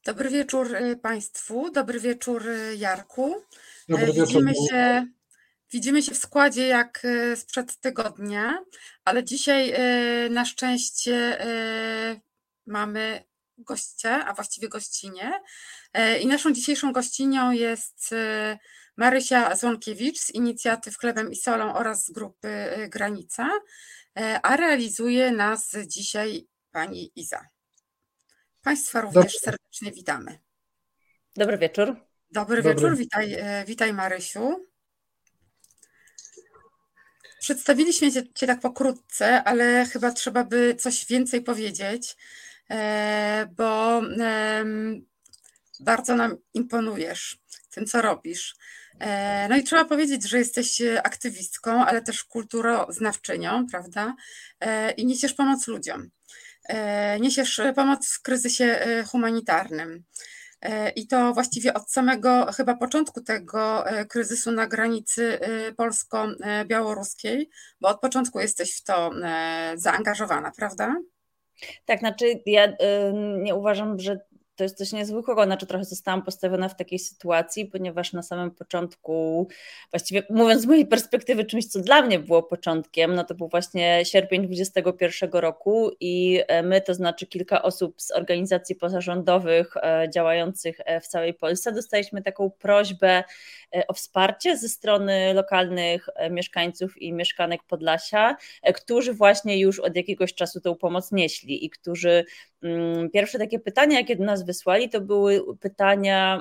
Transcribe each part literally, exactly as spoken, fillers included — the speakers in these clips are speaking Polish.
Dobry wieczór y, Państwu, dobry wieczór y, Jarku. Dobry E, wieczór. Widzimy się, widzimy się w składzie jak y, sprzed tygodnia, ale dzisiaj y, na szczęście y, mamy gościa, a właściwie gościnię. E, I naszą dzisiejszą gościnią jest y, Marysia Złonkiewicz z inicjatyw Chlebem i Solą oraz z grupy y, Granica, e, a realizuje nas dzisiaj pani Iza. Państwa również serdecznie witamy. Dobry wieczór. Dobry, Dobry. wieczór, witaj, e, witaj Marysiu. Przedstawiliśmy Cię, cię tak pokrótce, ale chyba trzeba by coś więcej powiedzieć, e, bo em, bardzo nam imponujesz tym, co robisz. E, No i trzeba powiedzieć, że jesteś aktywistką, ale też kulturoznawczynią, prawda? E, I niesiesz pomoc ludziom. E, Niesiesz pomoc w kryzysie e, humanitarnym. E, I to właściwie od samego chyba początku tego e, kryzysu na granicy e, polsko-białoruskiej, bo od początku jesteś w to e, zaangażowana, prawda? Tak, znaczy ja y, nie uważam, że to jest coś niezwykłego, znaczy trochę zostałam postawiona w takiej sytuacji, ponieważ na samym początku, właściwie mówiąc z mojej perspektywy, czymś, co dla mnie było początkiem, no to był właśnie sierpień dwudziestego pierwszego roku i my, to znaczy kilka osób z organizacji pozarządowych e, działających w całej Polsce, dostaliśmy taką prośbę e, o wsparcie ze strony lokalnych e, mieszkańców i mieszkanek Podlasia, e, którzy właśnie już od jakiegoś czasu tę pomoc nieśli i którzy mm, pierwsze takie pytania, jakie do nas wysłali, to były pytania,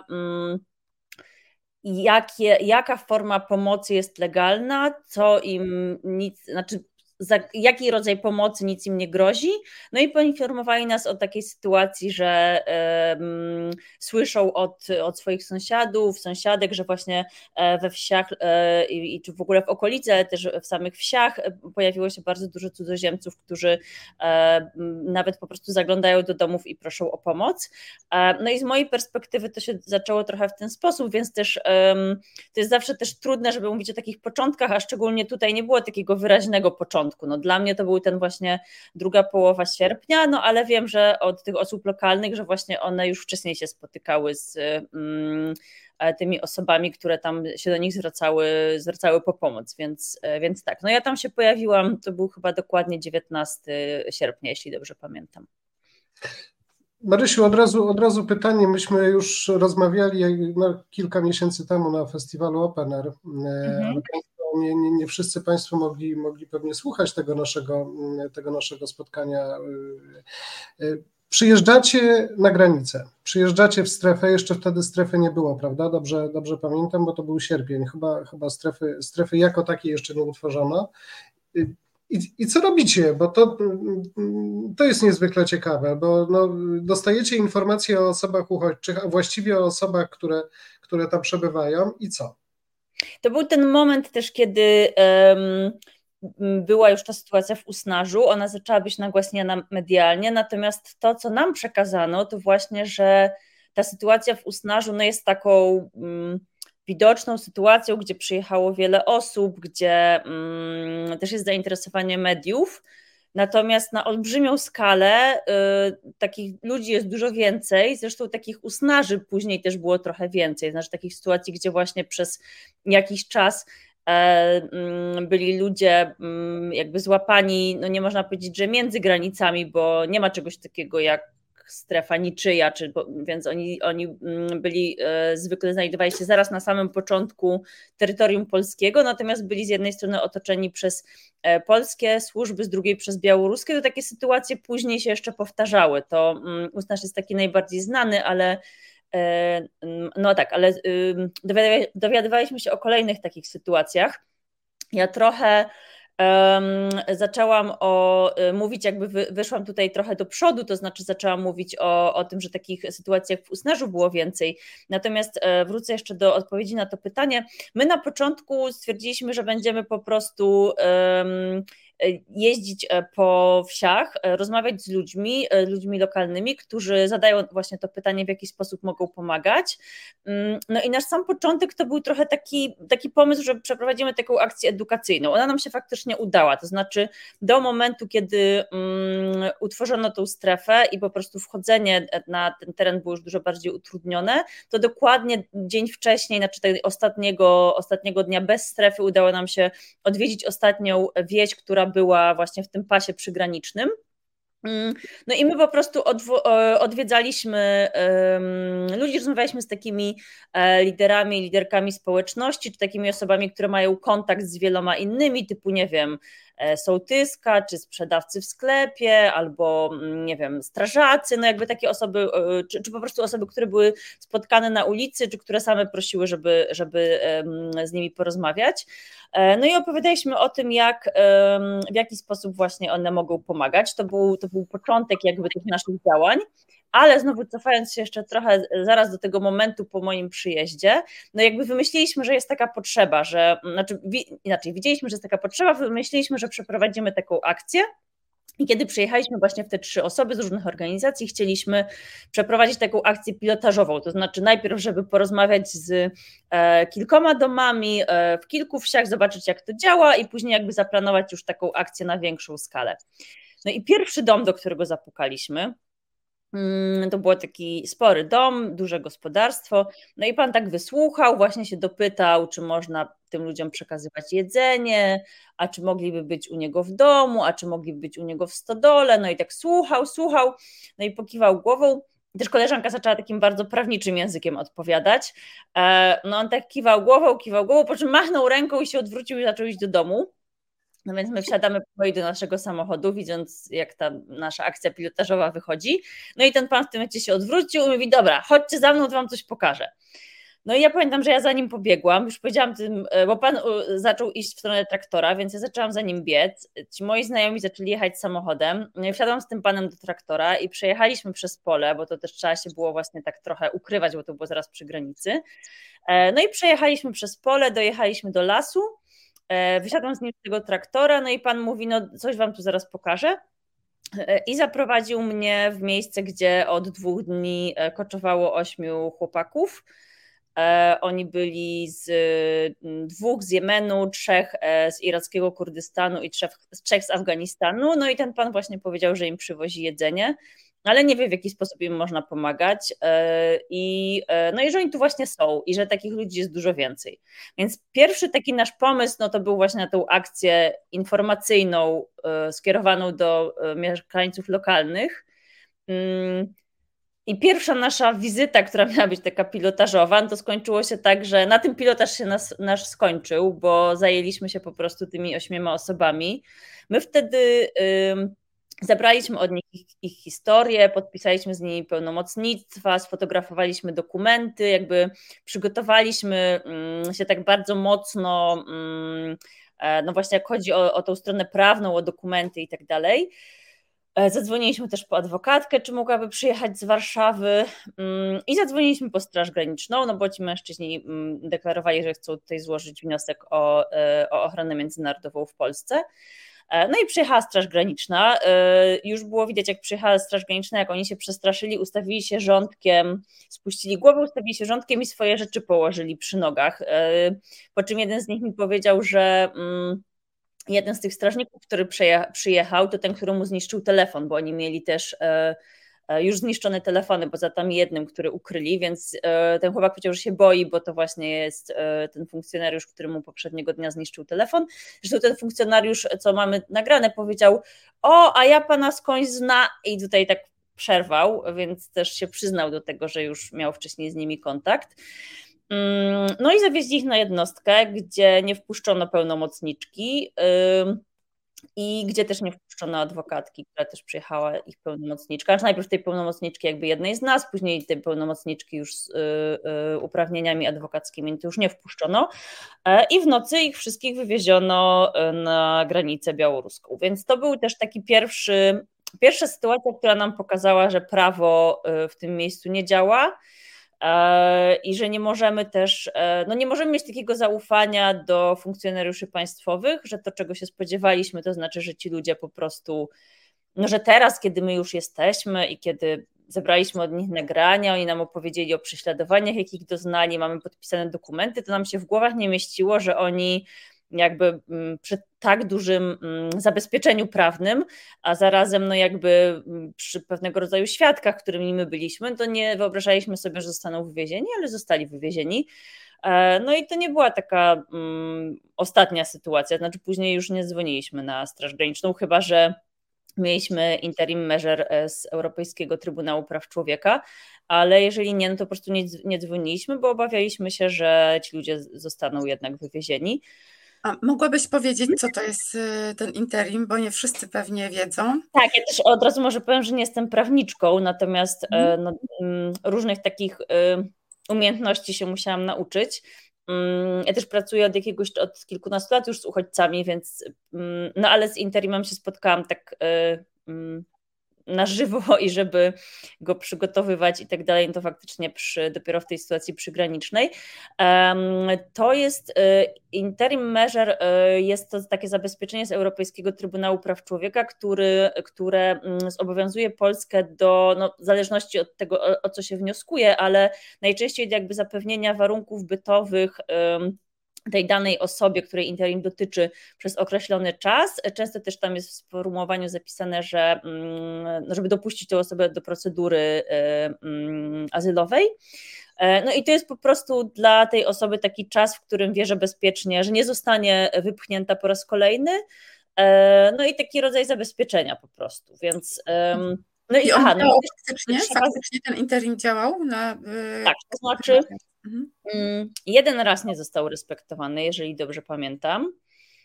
jakie, jaka forma pomocy jest legalna, co im nic, znaczy za jaki rodzaj pomocy nic im nie grozi, no i poinformowali nas o takiej sytuacji, że um, słyszą od, od swoich sąsiadów, sąsiadek, że właśnie we wsiach e, i czy w ogóle w okolicy, ale też w samych wsiach pojawiło się bardzo dużo cudzoziemców, którzy e, nawet po prostu zaglądają do domów i proszą o pomoc. E, no i z mojej perspektywy to się zaczęło trochę w ten sposób, więc też um, to jest zawsze też trudne, żeby mówić o takich początkach, a szczególnie tutaj nie było takiego wyraźnego początku. No dla mnie to był ten właśnie druga połowa sierpnia, no ale wiem, że od tych osób lokalnych, że właśnie one już wcześniej się spotykały z mm, tymi osobami, które tam się do nich zwracały, zwracały po pomoc, więc, więc tak, no ja tam się pojawiłam, to był chyba dokładnie dziewiętnastego sierpnia, jeśli dobrze pamiętam. Marysiu, od razu, od razu pytanie. Myśmy już rozmawiali no, kilka miesięcy temu na festiwalu Open Air, mhm. ale nie, nie, nie wszyscy Państwo mogli, mogli pewnie słuchać tego naszego, tego naszego spotkania. Przyjeżdżacie na granicę, przyjeżdżacie w strefę, jeszcze wtedy strefy nie było, prawda? Dobrze, dobrze pamiętam, bo to był sierpień, chyba, chyba strefy, strefy jako takiej jeszcze nie utworzono. I, I co robicie? Bo to, to jest niezwykle ciekawe, bo no, dostajecie informacje o osobach uchodźczych, a właściwie o osobach, które, które tam przebywają i co? To był ten moment też, kiedy um, była już ta sytuacja w Usnarzu, ona zaczęła być nagłaśniana medialnie, natomiast to, co nam przekazano, to właśnie, że ta sytuacja w Usnarzu no, jest taką um, widoczną sytuacją, gdzie przyjechało wiele osób, gdzie um, też jest zainteresowanie mediów, natomiast na olbrzymią skalę y, takich ludzi jest dużo więcej, zresztą takich Usnaży później też było trochę więcej, znaczy takich sytuacji, gdzie właśnie przez jakiś czas e, y, byli ludzie y, jakby złapani, no nie można powiedzieć, że między granicami, bo nie ma czegoś takiego jak strefa niczyja, czy, bo, więc oni, oni byli, e, zwykle znajdowali się zaraz na samym początku terytorium polskiego, natomiast byli z jednej strony otoczeni przez e, polskie służby, z drugiej przez białoruskie, to takie sytuacje później się jeszcze powtarzały. To um, Usnarz jest taki najbardziej znany, ale e, no tak, ale y, dowiadywali, dowiadywaliśmy się o kolejnych takich sytuacjach. Ja trochę Um, zaczęłam o, mówić, jakby wy, wyszłam tutaj trochę do przodu, to znaczy zaczęłam mówić o, o tym, że takich sytuacji jak w Usnarzu było więcej. Natomiast e, wrócę jeszcze do odpowiedzi na to pytanie. My na początku stwierdziliśmy, że będziemy po prostu um, jeździć po wsiach, rozmawiać z ludźmi, ludźmi lokalnymi, którzy zadają właśnie to pytanie, w jaki sposób mogą pomagać. No i nasz sam początek to był trochę taki, taki pomysł, że przeprowadzimy taką akcję edukacyjną. Ona nam się faktycznie udała, to znaczy do momentu, kiedy um, utworzono tą strefę i po prostu wchodzenie na ten teren było już dużo bardziej utrudnione, to dokładnie dzień wcześniej, znaczy tego ostatniego, ostatniego dnia bez strefy udało nam się odwiedzić ostatnią wieś, która była właśnie w tym pasie przygranicznym. No i my po prostu odwiedzaliśmy ludzi, rozmawialiśmy z takimi liderami, liderkami społeczności, czy takimi osobami, które mają kontakt z wieloma innymi, typu nie wiem, sołtyska, czy sprzedawcy w sklepie, albo nie wiem, strażacy, no jakby takie osoby, czy, czy po prostu osoby, które były spotkane na ulicy, czy które same prosiły, żeby, żeby z nimi porozmawiać. No i opowiadaliśmy o tym, jak, w jaki sposób właśnie one mogą pomagać. To był, to był początek jakby tych naszych działań. Ale znowu cofając się jeszcze trochę zaraz do tego momentu po moim przyjeździe, no jakby wymyśliliśmy, że jest taka potrzeba, że, znaczy inaczej, widzieliśmy, że jest taka potrzeba, wymyśliliśmy, że przeprowadzimy taką akcję. I kiedy przyjechaliśmy właśnie w te trzy osoby z różnych organizacji, chcieliśmy przeprowadzić taką akcję pilotażową, to znaczy najpierw, żeby porozmawiać z e, kilkoma domami e, w kilku wsiach, zobaczyć jak to działa i później jakby zaplanować już taką akcję na większą skalę. No i pierwszy dom, do którego zapukaliśmy, to był taki spory dom, duże gospodarstwo, no i pan tak wysłuchał, właśnie się dopytał, czy można tym ludziom przekazywać jedzenie, a czy mogliby być u niego w domu, a czy mogliby być u niego w stodole, no i tak słuchał, słuchał, no i pokiwał głową. Też koleżanka zaczęła takim bardzo prawniczym językiem odpowiadać, no on tak kiwał głową, kiwał głową, po czym machnął ręką i się odwrócił i zaczął iść do domu. No więc my wsiadamy powoli do naszego samochodu, widząc jak ta nasza akcja pilotażowa wychodzi. No i ten pan w tym momencie się odwrócił i mówi, dobra, chodźcie za mną, to wam coś pokażę. No i ja pamiętam, że ja za nim pobiegłam, już powiedziałam tym, bo pan zaczął iść w stronę traktora, więc ja zaczęłam za nim biec. Ci moi znajomi zaczęli jechać samochodem. No i wsiadłam z tym panem do traktora i przejechaliśmy przez pole, bo to też trzeba się było właśnie tak trochę ukrywać, bo to było zaraz przy granicy. No i przejechaliśmy przez pole, dojechaliśmy do lasu. Wysiadłam z nim z tego traktora, no i pan mówi, no coś wam tu zaraz pokażę i zaprowadził mnie w miejsce, gdzie od dwóch dni koczowało ośmiu chłopaków. Oni byli z dwóch z Jemenu, trzech z irackiego Kurdystanu i trzech, trzech z Afganistanu, no i ten pan właśnie powiedział, że im przywozi jedzenie, ale nie wie, w jaki sposób im można pomagać i, no i że oni tu właśnie są i że takich ludzi jest dużo więcej. Więc pierwszy taki nasz pomysł no to był właśnie na tą akcję informacyjną skierowaną do mieszkańców lokalnych. I pierwsza nasza wizyta, która miała być taka pilotażowa, no to skończyło się tak, że na tym pilotaż się nas, nasz skończył, bo zajęliśmy się po prostu tymi ośmioma osobami. My wtedy... Zabraliśmy od nich ich, ich historię, podpisaliśmy z nimi pełnomocnictwa, sfotografowaliśmy dokumenty, jakby przygotowaliśmy się tak bardzo mocno, no właśnie jak chodzi o, o tą stronę prawną, o dokumenty i tak dalej. Zadzwoniliśmy też po adwokatkę, czy mogłaby przyjechać z Warszawy i zadzwoniliśmy po Straż Graniczną, no bo ci mężczyźni deklarowali, że chcą tutaj złożyć wniosek o, o ochronę międzynarodową w Polsce. No i przyjechała Straż Graniczna, już było widać jak przyjechała Straż Graniczna, jak oni się przestraszyli, ustawili się rządkiem, spuścili głowę, ustawili się rządkiem i swoje rzeczy położyli przy nogach, po czym jeden z nich mi powiedział, że jeden z tych strażników, który przyjechał, to ten, któremu zniszczył telefon, bo oni mieli też już zniszczone telefony, poza tam jednym, który ukryli, więc ten chłopak powiedział, że się boi, bo to właśnie jest ten funkcjonariusz, który mu poprzedniego dnia zniszczył telefon. Zresztą ten funkcjonariusz, co mamy nagrane, powiedział, o, a ja pana skądś zna i tutaj tak przerwał, więc też się przyznał do tego, że już miał wcześniej z nimi kontakt. No i zawieźli ich na jednostkę, gdzie nie wpuszczono pełnomocniczki i gdzie też nie wpuszczono adwokatki, która też przyjechała, ich pełnomocniczka. Znaczy najpierw tej pełnomocniczki jakby jednej z nas, później tej pełnomocniczki już z y, y, uprawnieniami adwokackimi to już nie wpuszczono i w nocy ich wszystkich wywieziono na granicę białoruską. Więc to był też taki pierwszy, pierwsza sytuacja, która nam pokazała, że prawo w tym miejscu nie działa. i że nie możemy też, no nie możemy mieć takiego zaufania do funkcjonariuszy państwowych, że to, czego się spodziewaliśmy, to znaczy, że ci ludzie po prostu, no że teraz, kiedy my już jesteśmy i kiedy zebraliśmy od nich nagrania, oni nam opowiedzieli o prześladowaniach, jakich doznali, mamy podpisane dokumenty, to nam się w głowach nie mieściło, że oni jakby przy tak dużym zabezpieczeniu prawnym, a zarazem no jakby przy pewnego rodzaju świadkach, którymi my byliśmy, to nie wyobrażaliśmy sobie, że zostaną wywiezieni, ale zostali wywiezieni. No i to nie była taka um, ostatnia sytuacja, znaczy później już nie dzwoniliśmy na Straż Graniczną, chyba że mieliśmy interim measure z Europejskiego Trybunału Praw Człowieka, ale jeżeli nie, no to po prostu nie, nie dzwoniliśmy, bo obawialiśmy się, że ci ludzie zostaną jednak wywiezieni. A mogłabyś powiedzieć, co to jest ten interim, bo nie wszyscy pewnie wiedzą. Tak, ja też od razu może powiem, że nie jestem prawniczką, natomiast hmm. no, różnych takich umiejętności się musiałam nauczyć. Ja też pracuję od jakiegoś, od kilkunastu lat już z uchodźcami, więc no ale z interimem się spotkałam tak na żywo i żeby go przygotowywać i tak dalej, to faktycznie przy, dopiero w tej sytuacji przygranicznej. To jest interim measure, jest to takie zabezpieczenie z Europejskiego Trybunału Praw Człowieka, który, które zobowiązuje Polskę do, no, w zależności od tego, o, o co się wnioskuje, ale najczęściej jakby zapewnienia warunków bytowych tej danej osobie, której interim dotyczy przez określony czas. Często też tam jest w sformułowaniu zapisane, że żeby dopuścić tę osobę do procedury azylowej. No i to jest po prostu dla tej osoby taki czas, w którym wie, że bezpiecznie, że nie zostanie wypchnięta po raz kolejny. No i taki rodzaj zabezpieczenia po prostu, więc... No i, I on aha, no, faktycznie, trzeba... faktycznie ten interim działał na... Tak, to znaczy mhm. jeden raz nie został respektowany, jeżeli dobrze pamiętam.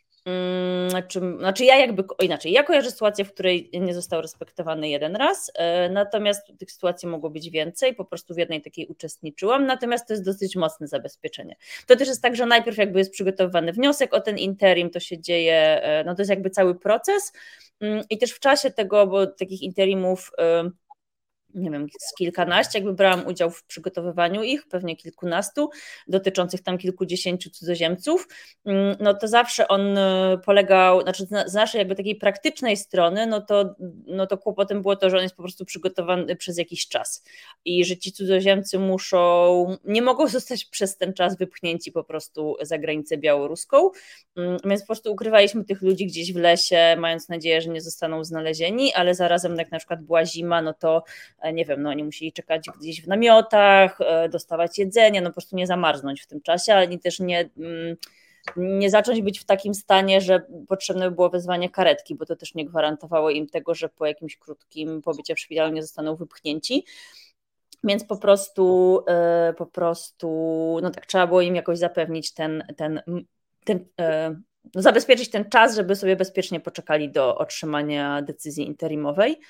Znaczy, znaczy ja jakby, o inaczej, ja kojarzę sytuację, w której nie został respektowany jeden raz, natomiast tych sytuacji mogło być więcej, po prostu w jednej takiej uczestniczyłam, natomiast to jest dosyć mocne zabezpieczenie. To też jest tak, że najpierw jakby jest przygotowywany wniosek o ten interim, to się dzieje, no to jest jakby cały proces i też w czasie tego, bo takich interimów nie wiem, z kilkanaście, jakby brałam udział w przygotowywaniu ich, pewnie kilkunastu, dotyczących tam kilkudziesięciu cudzoziemców, no to zawsze on polegał, znaczy z naszej jakby takiej praktycznej strony, no to, no to kłopotem było to, że on jest po prostu przygotowany przez jakiś czas i że ci cudzoziemcy muszą, nie mogą zostać przez ten czas wypchnięci po prostu za granicę białoruską, więc po prostu ukrywaliśmy tych ludzi gdzieś w lesie, mając nadzieję, że nie zostaną znalezieni, ale zarazem jak na przykład była zima, no to nie wiem, no oni musieli czekać gdzieś w namiotach, dostawać jedzenie, no po prostu nie zamarznąć w tym czasie, ale też nie, nie zacząć być w takim stanie, że potrzebne było wezwanie karetki, bo to też nie gwarantowało im tego, że po jakimś krótkim pobycie w szpitalu nie zostaną wypchnięci. Więc po prostu, po prostu, no tak, trzeba było im jakoś zapewnić ten, ten, ten no zabezpieczyć ten czas, żeby sobie bezpiecznie poczekali do otrzymania decyzji interimowej.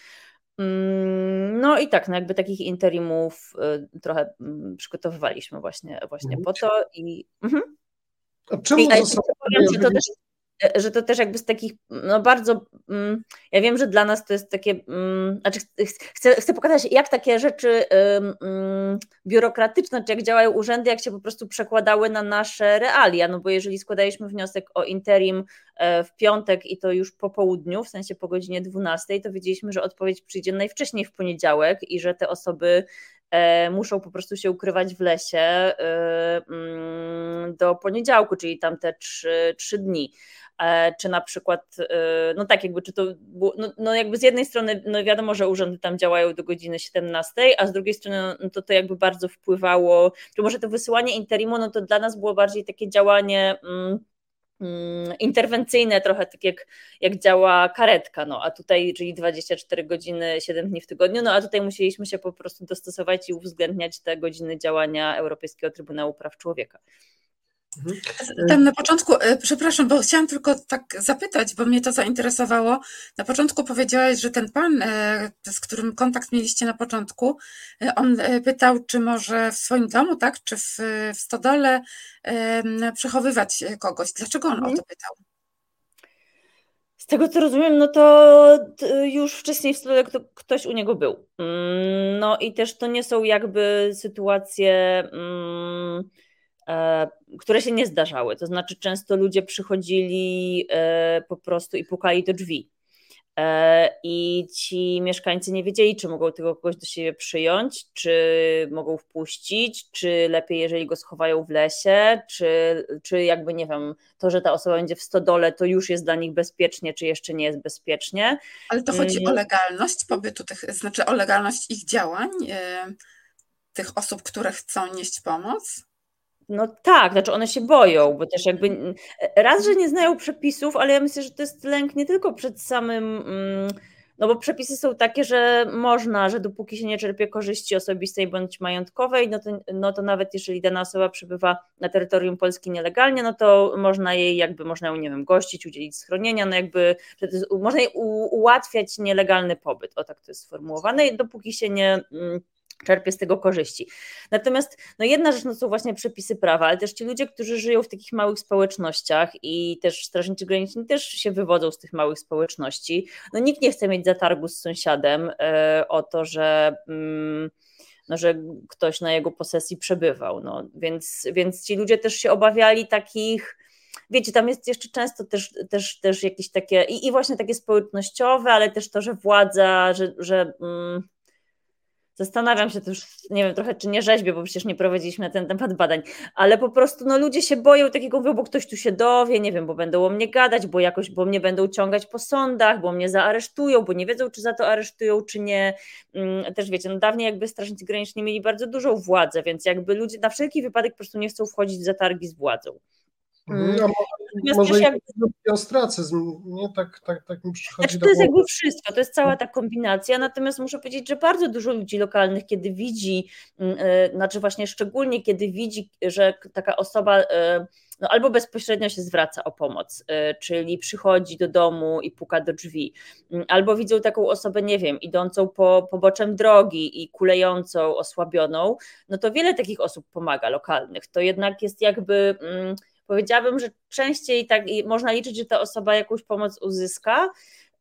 No i tak, no jakby takich interimów trochę przygotowywaliśmy właśnie, właśnie po to i... Mhm. A czemu I, powiem, że to też że to też jakby z takich, no bardzo, ja wiem, że dla nas to jest takie, znaczy chcę, chcę pokazać, jak takie rzeczy biurokratyczne, czy jak działają urzędy, jak się po prostu przekładały na nasze realia, no bo jeżeli składaliśmy wniosek o interim w piątek i to już po południu, w sensie po godzinie dwunastej, to wiedzieliśmy, że odpowiedź przyjdzie najwcześniej w poniedziałek i że te osoby muszą po prostu się ukrywać w lesie do poniedziałku, czyli tam te trzy, trzy dni. Czy na przykład, no tak jakby, czy to było, no, no jakby z jednej strony, no wiadomo, że urzędy tam działają do godziny siedemnastej, a z drugiej strony no to to jakby bardzo wpływało, czy może to wysyłanie interimu, no to dla nas było bardziej takie działanie mm, interwencyjne, trochę tak jak, jak działa karetka, no a tutaj, czyli dwadzieścia cztery godziny, siedem dni w tygodniu, no a tutaj musieliśmy się po prostu dostosować i uwzględniać te godziny działania Europejskiego Trybunału Praw Człowieka. Tam na początku, przepraszam, bo chciałam tylko tak zapytać, bo mnie to zainteresowało. Na początku powiedziałaś, że ten pan, z którym kontakt mieliście na początku, on pytał, czy może w swoim domu, tak, czy w, w stodole przechowywać kogoś. Dlaczego on hmm. o to pytał? tego co rozumiem, no to już wcześniej w stodole ktoś u niego był. No i też to nie są jakby sytuacje, które się nie zdarzały. To znaczy często ludzie przychodzili po prostu i pukali do drzwi. I ci mieszkańcy nie wiedzieli, czy mogą tego kogoś do siebie przyjąć, czy mogą wpuścić, czy lepiej, jeżeli go schowają w lesie, czy, czy jakby nie wiem, to, że ta osoba będzie w stodole, to już jest dla nich bezpiecznie, czy jeszcze nie jest bezpiecznie. Ale to chodzi o legalność pobytu tych, znaczy o legalność ich działań, tych osób, które chcą nieść pomoc? No tak, znaczy one się boją, bo też jakby raz, że nie znają przepisów, ale ja myślę, że to jest lęk nie tylko przed samym, no bo przepisy są takie, że można, że dopóki się nie czerpie korzyści osobistej bądź majątkowej, no to, no to nawet jeżeli dana osoba przebywa na terytorium Polski nielegalnie, no to można jej jakby, można ją, nie wiem, gościć, udzielić schronienia, no jakby, że to jest, można jej u, ułatwiać nielegalny pobyt, o tak to jest sformułowane, dopóki się nie czerpie z tego korzyści. Natomiast no jedna rzecz no są właśnie przepisy prawa, ale też ci ludzie, którzy żyją w takich małych społecznościach i też strażnicy graniczni też się wywodzą z tych małych społeczności. No nikt nie chce mieć zatargu z sąsiadem e, o to, że, mm, no, że ktoś na jego posesji przebywał. No, więc, więc ci ludzie też się obawiali takich, wiecie, tam jest jeszcze często też, też, też jakieś takie i, i właśnie takie społecznościowe, ale też to, że władza, że, że mm, zastanawiam się też, nie wiem, trochę czy nie rzeźbię, bo przecież nie prowadziliśmy na ten temat badań, ale po prostu no, ludzie się boją takiego, mówią, bo ktoś tu się dowie, nie wiem, bo będą o mnie gadać, bo jakoś, bo mnie będą ciągać po sądach, bo mnie zaaresztują, bo nie wiedzą, czy za to aresztują, czy nie. Też wiecie, no dawniej jakby strażnicy graniczni mieli bardzo dużą władzę, więc jakby ludzie na wszelki wypadek po prostu nie chcą wchodzić w zatargi z władzą. Hmm. A może, może jakby... i ostracyzm, nie? Tak, tak, tak mi przychodzi znaczy, do to jest jakby wszystko, to jest cała ta kombinacja, natomiast muszę powiedzieć, że bardzo dużo ludzi lokalnych, kiedy widzi, yy, znaczy właśnie szczególnie kiedy widzi, że taka osoba yy, no albo bezpośrednio się zwraca o pomoc, yy, czyli przychodzi do domu i puka do drzwi, yy, albo widzą taką osobę, nie wiem, idącą po poboczem drogi i kulejącą, osłabioną, no to wiele takich osób pomaga lokalnych, to jednak jest jakby... Yy, Powiedziałabym, że częściej tak można liczyć, że ta osoba jakąś pomoc uzyska.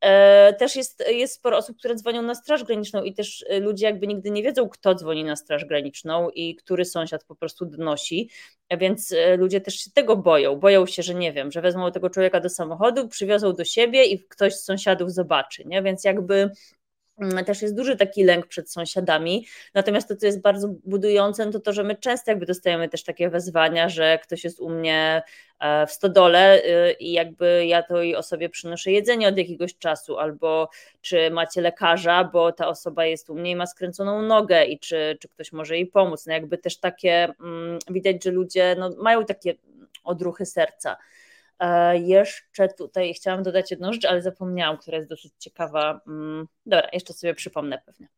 Też jest, jest sporo osób, które dzwonią na Straż Graniczną i też ludzie jakby nigdy nie wiedzą, kto dzwoni na Straż Graniczną i który sąsiad po prostu donosi, więc ludzie też się tego boją. Boją się, że nie wiem, że wezmą tego człowieka do samochodu, przywiozą do siebie i ktoś z sąsiadów zobaczy, nie? Więc jakby też jest duży taki lęk przed sąsiadami, natomiast to, co jest bardzo budujące, to to, że my często jakby dostajemy też takie wezwania, że ktoś jest u mnie w stodole i jakby ja tej osobie przynoszę jedzenie od jakiegoś czasu, albo czy macie lekarza, bo ta osoba jest u mnie i ma skręconą nogę i czy, czy ktoś może jej pomóc. No jakby też takie, widać, że ludzie no, mają takie odruchy serca. Jeszcze tutaj chciałam dodać jedną rzecz, ale zapomniałam, która jest dosyć ciekawa. Dobra, jeszcze sobie przypomnę pewnie.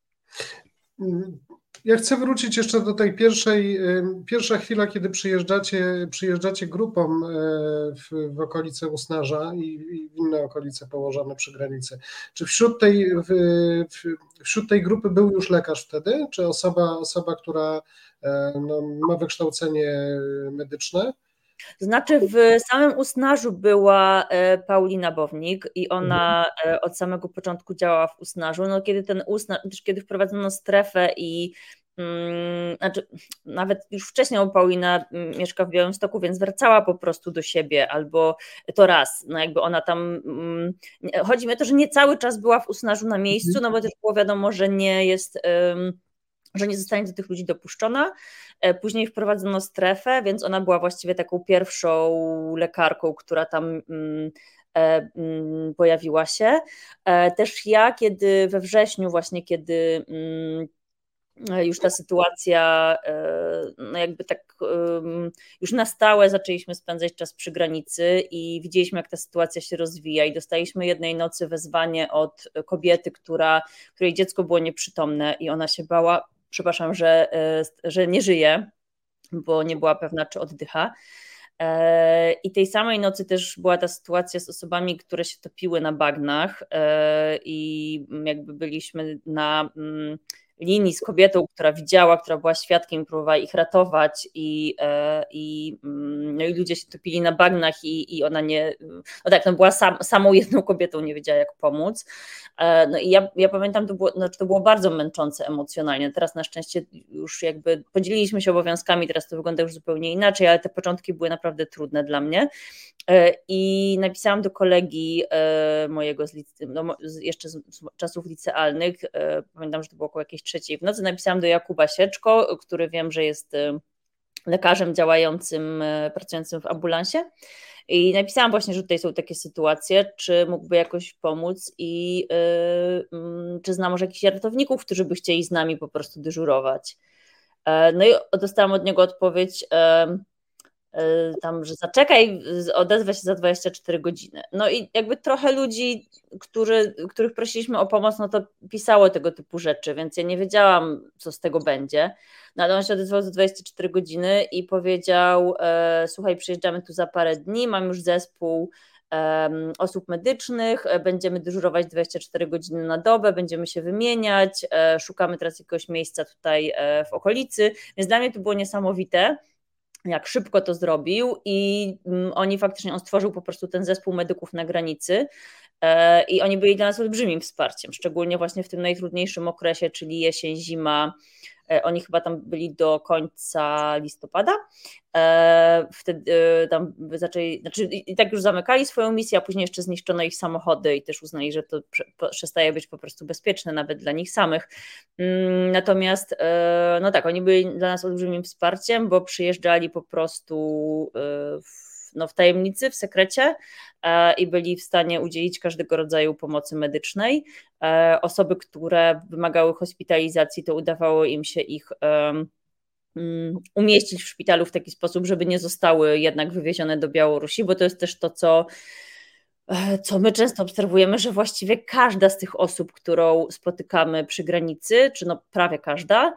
Ja chcę wrócić jeszcze do tej pierwszej, pierwsza chwila, kiedy przyjeżdżacie, przyjeżdżacie grupą w, w okolice Usnarza i, i w inne okolice położone przy granicy. Czy wśród tej, w, wśród tej grupy był już lekarz wtedy? Czy osoba, osoba która no, ma wykształcenie medyczne? To znaczy w samym Usnarzu była Paulina Bownik i ona od samego początku działała w Usnarzu. No kiedy ten Usnarz, też kiedy wprowadzono strefę i um, znaczy nawet już wcześniej Paulina mieszka w Białymstoku, więc wracała po prostu do siebie albo to raz, no jakby ona tam, um, chodzi mi o to, że nie cały czas była w Usnarzu na miejscu, no bo też było wiadomo, że nie jest... Um, że nie zostanie do tych ludzi dopuszczona. Później wprowadzono strefę, więc ona była właściwie taką pierwszą lekarką, która tam pojawiła się. Też ja, kiedy we wrześniu właśnie, kiedy już ta sytuacja no jakby tak już na stałe zaczęliśmy spędzać czas przy granicy i widzieliśmy, jak ta sytuacja się rozwija i dostaliśmy jednej nocy wezwanie od kobiety, która, której dziecko było nieprzytomne i ona się bała, przepraszam, że, że nie żyje, bo nie była pewna, czy oddycha. I tej samej nocy też była ta sytuacja z osobami, które się topiły na bagnach i jakby byliśmy na linii z kobietą, która widziała, która była świadkiem, próbowała ich ratować i, i, no i ludzie się topili na bagnach i, i ona nie, no tak, no była sam, samą jedną kobietą, nie wiedziała jak pomóc. No i ja, ja pamiętam, to było, znaczy to było bardzo męczące emocjonalnie. Teraz na szczęście już jakby podzieliliśmy się obowiązkami, teraz to wygląda już zupełnie inaczej, ale te początki były naprawdę trudne dla mnie. I napisałam do kolegi mojego z lice, no, jeszcze z czasów licealnych, pamiętam, że to było około jakiejś trzeciej w nocy, napisałam do Jakuba Sieczko, który wiem, że jest lekarzem działającym, pracującym w ambulansie, i napisałam właśnie, że tutaj są takie sytuacje, czy mógłby jakoś pomóc i yy, czy zna może jakichś ratowników, którzy by chcieli z nami po prostu dyżurować. No i dostałam od niego odpowiedź tam, że zaczekaj, odezwę się za dwadzieścia cztery godziny. No i jakby trochę ludzi, którzy, których prosiliśmy o pomoc, no to pisało tego typu rzeczy, więc ja nie wiedziałam, co z tego będzie. No ale on się odezwał za dwadzieścia cztery godziny i powiedział, e, słuchaj, przyjeżdżamy tu za parę dni, mam już zespół e, osób medycznych, e, będziemy dyżurować dwadzieścia cztery godziny na dobę, będziemy się wymieniać, e, szukamy teraz jakiegoś miejsca tutaj e, w okolicy, więc dla mnie to było niesamowite, jak szybko to zrobił i oni faktycznie, on stworzył po prostu ten zespół medyków na granicy i oni byli dla nas olbrzymim wsparciem, szczególnie właśnie w tym najtrudniejszym okresie, czyli jesień, zima. Oni chyba tam byli do końca listopada, wtedy tam zaczęli, znaczy i tak już zamykali swoją misję, a później jeszcze zniszczono ich samochody i też uznali, że to przestaje być po prostu bezpieczne nawet dla nich samych. Natomiast no tak, oni byli dla nas olbrzymim wsparciem, bo przyjeżdżali po prostu w no w tajemnicy, w sekrecie i byli w stanie udzielić każdego rodzaju pomocy medycznej. Osoby, które wymagały hospitalizacji, to udawało im się ich umieścić w szpitalu w taki sposób, żeby nie zostały jednak wywiezione do Białorusi, bo to jest też to, co, co my często obserwujemy, że właściwie każda z tych osób, którą spotykamy przy granicy, czy no prawie każda,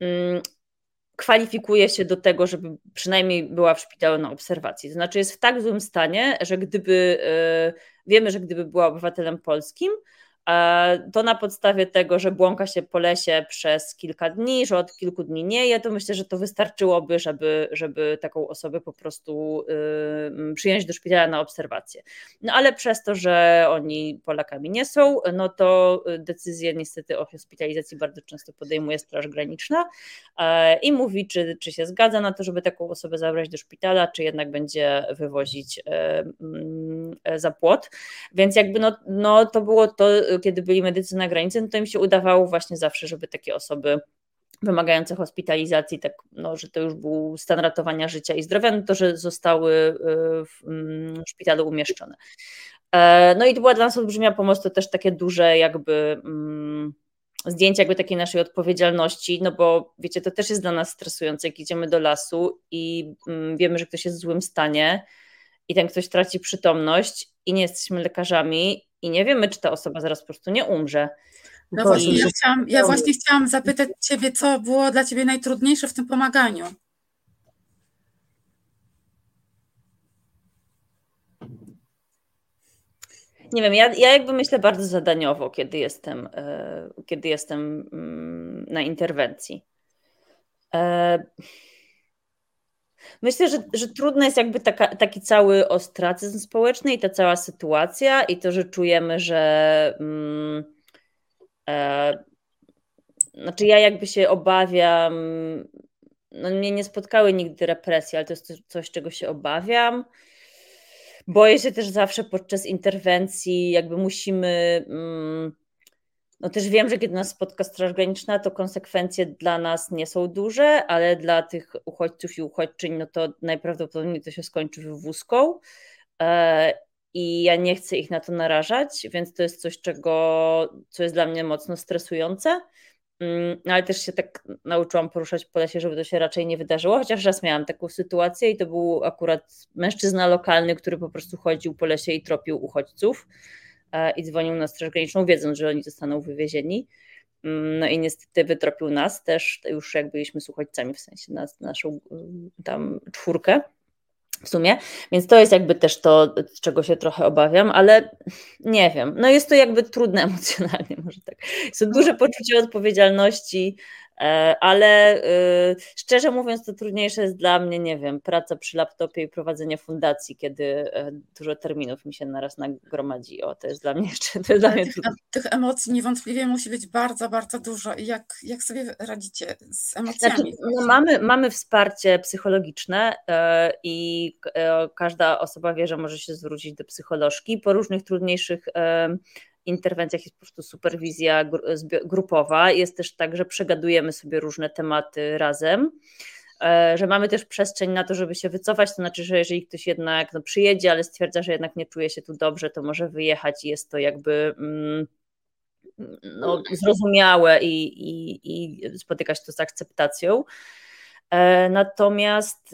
kwalifikuje się do tego, żeby przynajmniej była w szpitalu na obserwacji. To znaczy jest w tak złym stanie, że gdyby, wiemy, że gdyby była obywatelem polskim, to na podstawie tego, że błąka się po lesie przez kilka dni, że od kilku dni nie je, to myślę, że to wystarczyłoby, żeby, żeby taką osobę po prostu yy, przyjąć do szpitala na obserwację. No ale przez to, że oni Polakami nie są, no to decyzję niestety o hospitalizacji bardzo często podejmuje Straż Graniczna yy, i mówi, czy, czy się zgadza na to, żeby taką osobę zabrać do szpitala, czy jednak będzie wywozić yy, yy, za płot. Więc jakby no, no to było to, kiedy byli medycy na granicy, no to im się udawało właśnie zawsze, żeby takie osoby wymagające hospitalizacji, tak, no, że to już był stan ratowania życia i zdrowia, no to, że zostały w szpitalu umieszczone. No i to była dla nas olbrzymia pomoc, to też takie duże jakby zdjęcie jakby takiej naszej odpowiedzialności, no bo wiecie, to też jest dla nas stresujące, jak idziemy do lasu i wiemy, że ktoś jest w złym stanie i ten ktoś traci przytomność i nie jesteśmy lekarzami i nie wiemy, czy ta osoba zaraz po prostu nie umrze. No właśnie, ja, chciałam, ja właśnie chciałam zapytać Ciebie, co było dla Ciebie najtrudniejsze w tym pomaganiu? Nie wiem, ja, ja jakby myślę bardzo zadaniowo, kiedy jestem, kiedy jestem na interwencji. Myślę, że, że trudny jest jakby taka, taki cały ostracyzm społeczny i ta cała sytuacja i to, że czujemy, że mm, e, znaczy ja jakby się obawiam, no mnie nie spotkały nigdy represje, ale to jest coś, czego się obawiam. Boję się też zawsze podczas interwencji, jakby musimy... Mm, no też wiem, że kiedy nas spotka Straż Graniczna, to konsekwencje dla nas nie są duże, ale dla tych uchodźców i uchodźczyń, no to najprawdopodobniej to się skończy wywózką i ja nie chcę ich na to narażać, więc to jest coś, czego, co jest dla mnie mocno stresujące, ale też się tak nauczyłam poruszać po lesie, żeby to się raczej nie wydarzyło, chociaż raz miałam taką sytuację i to był akurat mężczyzna lokalny, który po prostu chodził po lesie i tropił uchodźców i dzwonił na Straż Graniczną, wiedząc, że oni zostaną wywiezieni. No i niestety wytropił nas też, już jak byliśmy z uchodźcami, w sensie nas, naszą tam czwórkę. w sumie, więc to jest jakby też to, czego się trochę obawiam, ale nie wiem, no jest to jakby trudne emocjonalnie, może tak. Jest to duże poczucie odpowiedzialności, ale szczerze mówiąc to trudniejsze jest dla mnie, nie wiem, praca przy laptopie i prowadzenie fundacji, kiedy dużo terminów mi się naraz nagromadzi. O, to jest dla mnie jeszcze, to jest dla mnie tych, trudne. Tych emocji niewątpliwie musi być bardzo, bardzo dużo. I jak, jak sobie radzicie z emocjami? Znaczy, no mamy, mamy wsparcie psychologiczne i każda osoba wie, że może się zwrócić do psycholożki. Po różnych trudniejszych interwencjach jest po prostu superwizja grupowa. Jest też tak, że przegadujemy sobie różne tematy razem, że mamy też przestrzeń na to, żeby się wycofać, to znaczy, że jeżeli ktoś jednak no, przyjedzie, ale stwierdza, że jednak nie czuje się tu dobrze, to może wyjechać i jest to jakby no, zrozumiałe i, i, i spotykać to z akceptacją. Natomiast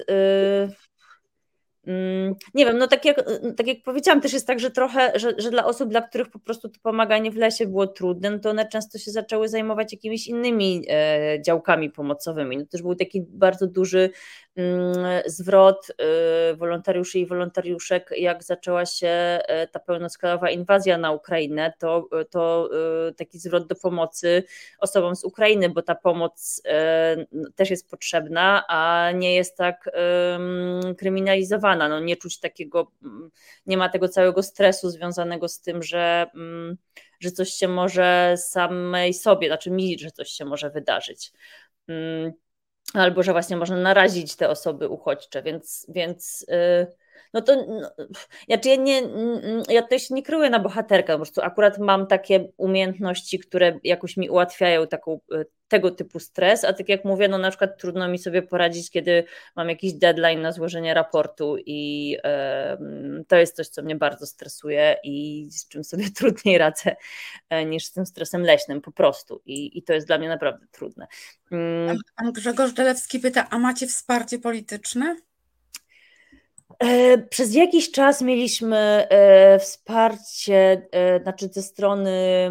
nie wiem, no tak jak, tak jak powiedziałam, też jest tak, że trochę, że, że dla osób, dla których po prostu to pomaganie w lesie było trudne, no to one często się zaczęły zajmować jakimiś innymi e, działkami pomocowymi. No też był taki bardzo duży mm, zwrot e, wolontariuszy i wolontariuszek, jak zaczęła się e, ta pełnoskalowa inwazja na Ukrainę, to, to e, taki zwrot do pomocy osobom z Ukrainy, bo ta pomoc e, też jest potrzebna, a nie jest tak e, kryminalizowana. No nie czuć takiego, nie ma tego całego stresu związanego z tym, że, że coś się może samej sobie, znaczy mi, że coś się może wydarzyć. Albo że właśnie można narazić te osoby uchodźcze, więc, więc no to no, ja, ja, nie, ja tutaj się nie kryję na bohaterkę, po prostu akurat mam takie umiejętności, które jakoś mi ułatwiają taką, tego typu stres, a tak jak mówię, no na przykład trudno mi sobie poradzić, kiedy mam jakiś deadline na złożenie raportu i y, to jest coś, co mnie bardzo stresuje i z czym sobie trudniej radzę niż z tym stresem leśnym po prostu i, i to jest dla mnie naprawdę trudne. Pan, pan Grzegorz Delewski pyta, a macie wsparcie polityczne? Przez jakiś czas mieliśmy wsparcie, znaczy ze strony,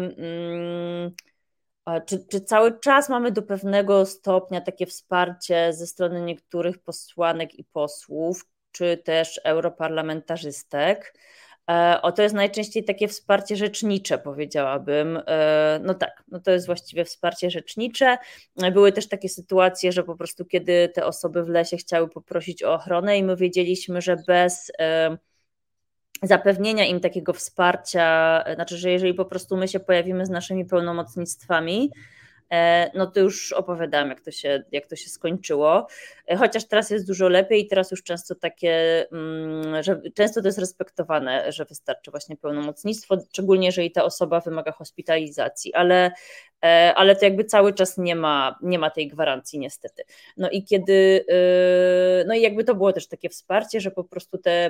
czy, czy cały czas mamy do pewnego stopnia takie wsparcie ze strony niektórych posłanek i posłów, czy też europarlamentarzystek. O, to jest najczęściej takie wsparcie rzecznicze, powiedziałabym. No tak, no to jest właściwie wsparcie rzecznicze. Były też takie sytuacje, że po prostu kiedy te osoby w lesie chciały poprosić o ochronę i my wiedzieliśmy, że bez zapewnienia im takiego wsparcia, znaczy, że jeżeli po prostu my się pojawimy z naszymi pełnomocnictwami, no to już opowiadałam, jak to się, jak to się skończyło, chociaż teraz jest dużo lepiej i teraz już często takie, że często to jest respektowane, że wystarczy właśnie pełnomocnictwo, szczególnie jeżeli ta osoba wymaga hospitalizacji, ale, ale to jakby cały czas nie ma, nie ma tej gwarancji niestety. No i kiedy, no i jakby to było też takie wsparcie, że po prostu te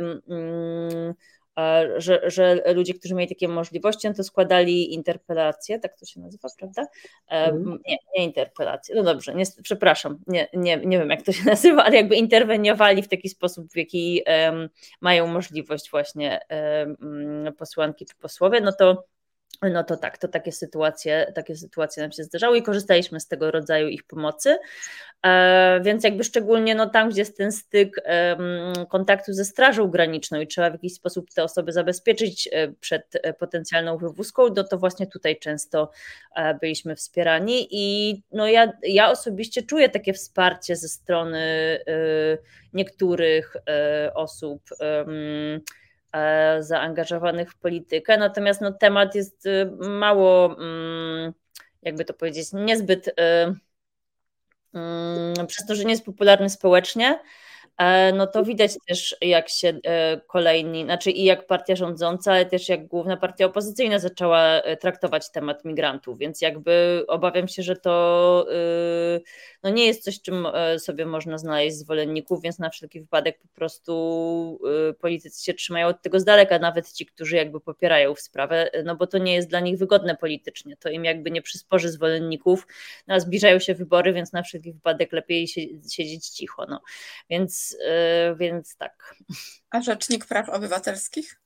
Że, że ludzie, którzy mieli takie możliwości, no to składali interpelacje, tak to się nazywa, prawda? Mm. Nie, nie interpelacje, no dobrze, nie, przepraszam, nie, nie, nie wiem jak to się nazywa, ale jakby interweniowali w taki sposób, w jaki um, mają możliwość właśnie um, posłanki czy posłowie, no to No to tak, to takie sytuacje, takie sytuacje nam się zdarzały i korzystaliśmy z tego rodzaju ich pomocy, e, więc jakby szczególnie no tam, gdzie jest ten styk e, kontaktu ze Strażą Graniczną i trzeba w jakiś sposób te osoby zabezpieczyć przed potencjalną wywózką, no to właśnie tutaj często byliśmy wspierani i no ja, ja osobiście czuję takie wsparcie ze strony e, niektórych e, osób e, zaangażowanych w politykę, natomiast no, temat jest mało, jakby to powiedzieć, niezbyt, przez to, że nie jest popularny społecznie, no to widać też jak się kolejni, znaczy i jak partia rządząca, ale też jak główna partia opozycyjna zaczęła traktować temat migrantów, więc jakby obawiam się, że to no nie jest coś, czym sobie można znaleźć zwolenników, więc na wszelki wypadek po prostu politycy się trzymają od tego z daleka, nawet ci, którzy jakby popierają w sprawę, no bo to nie jest dla nich wygodne politycznie, to im jakby nie przysporzy zwolenników, no a zbliżają się wybory, więc na wszelki wypadek lepiej siedzieć cicho, no więc Więc tak. A Rzecznik Praw Obywatelskich?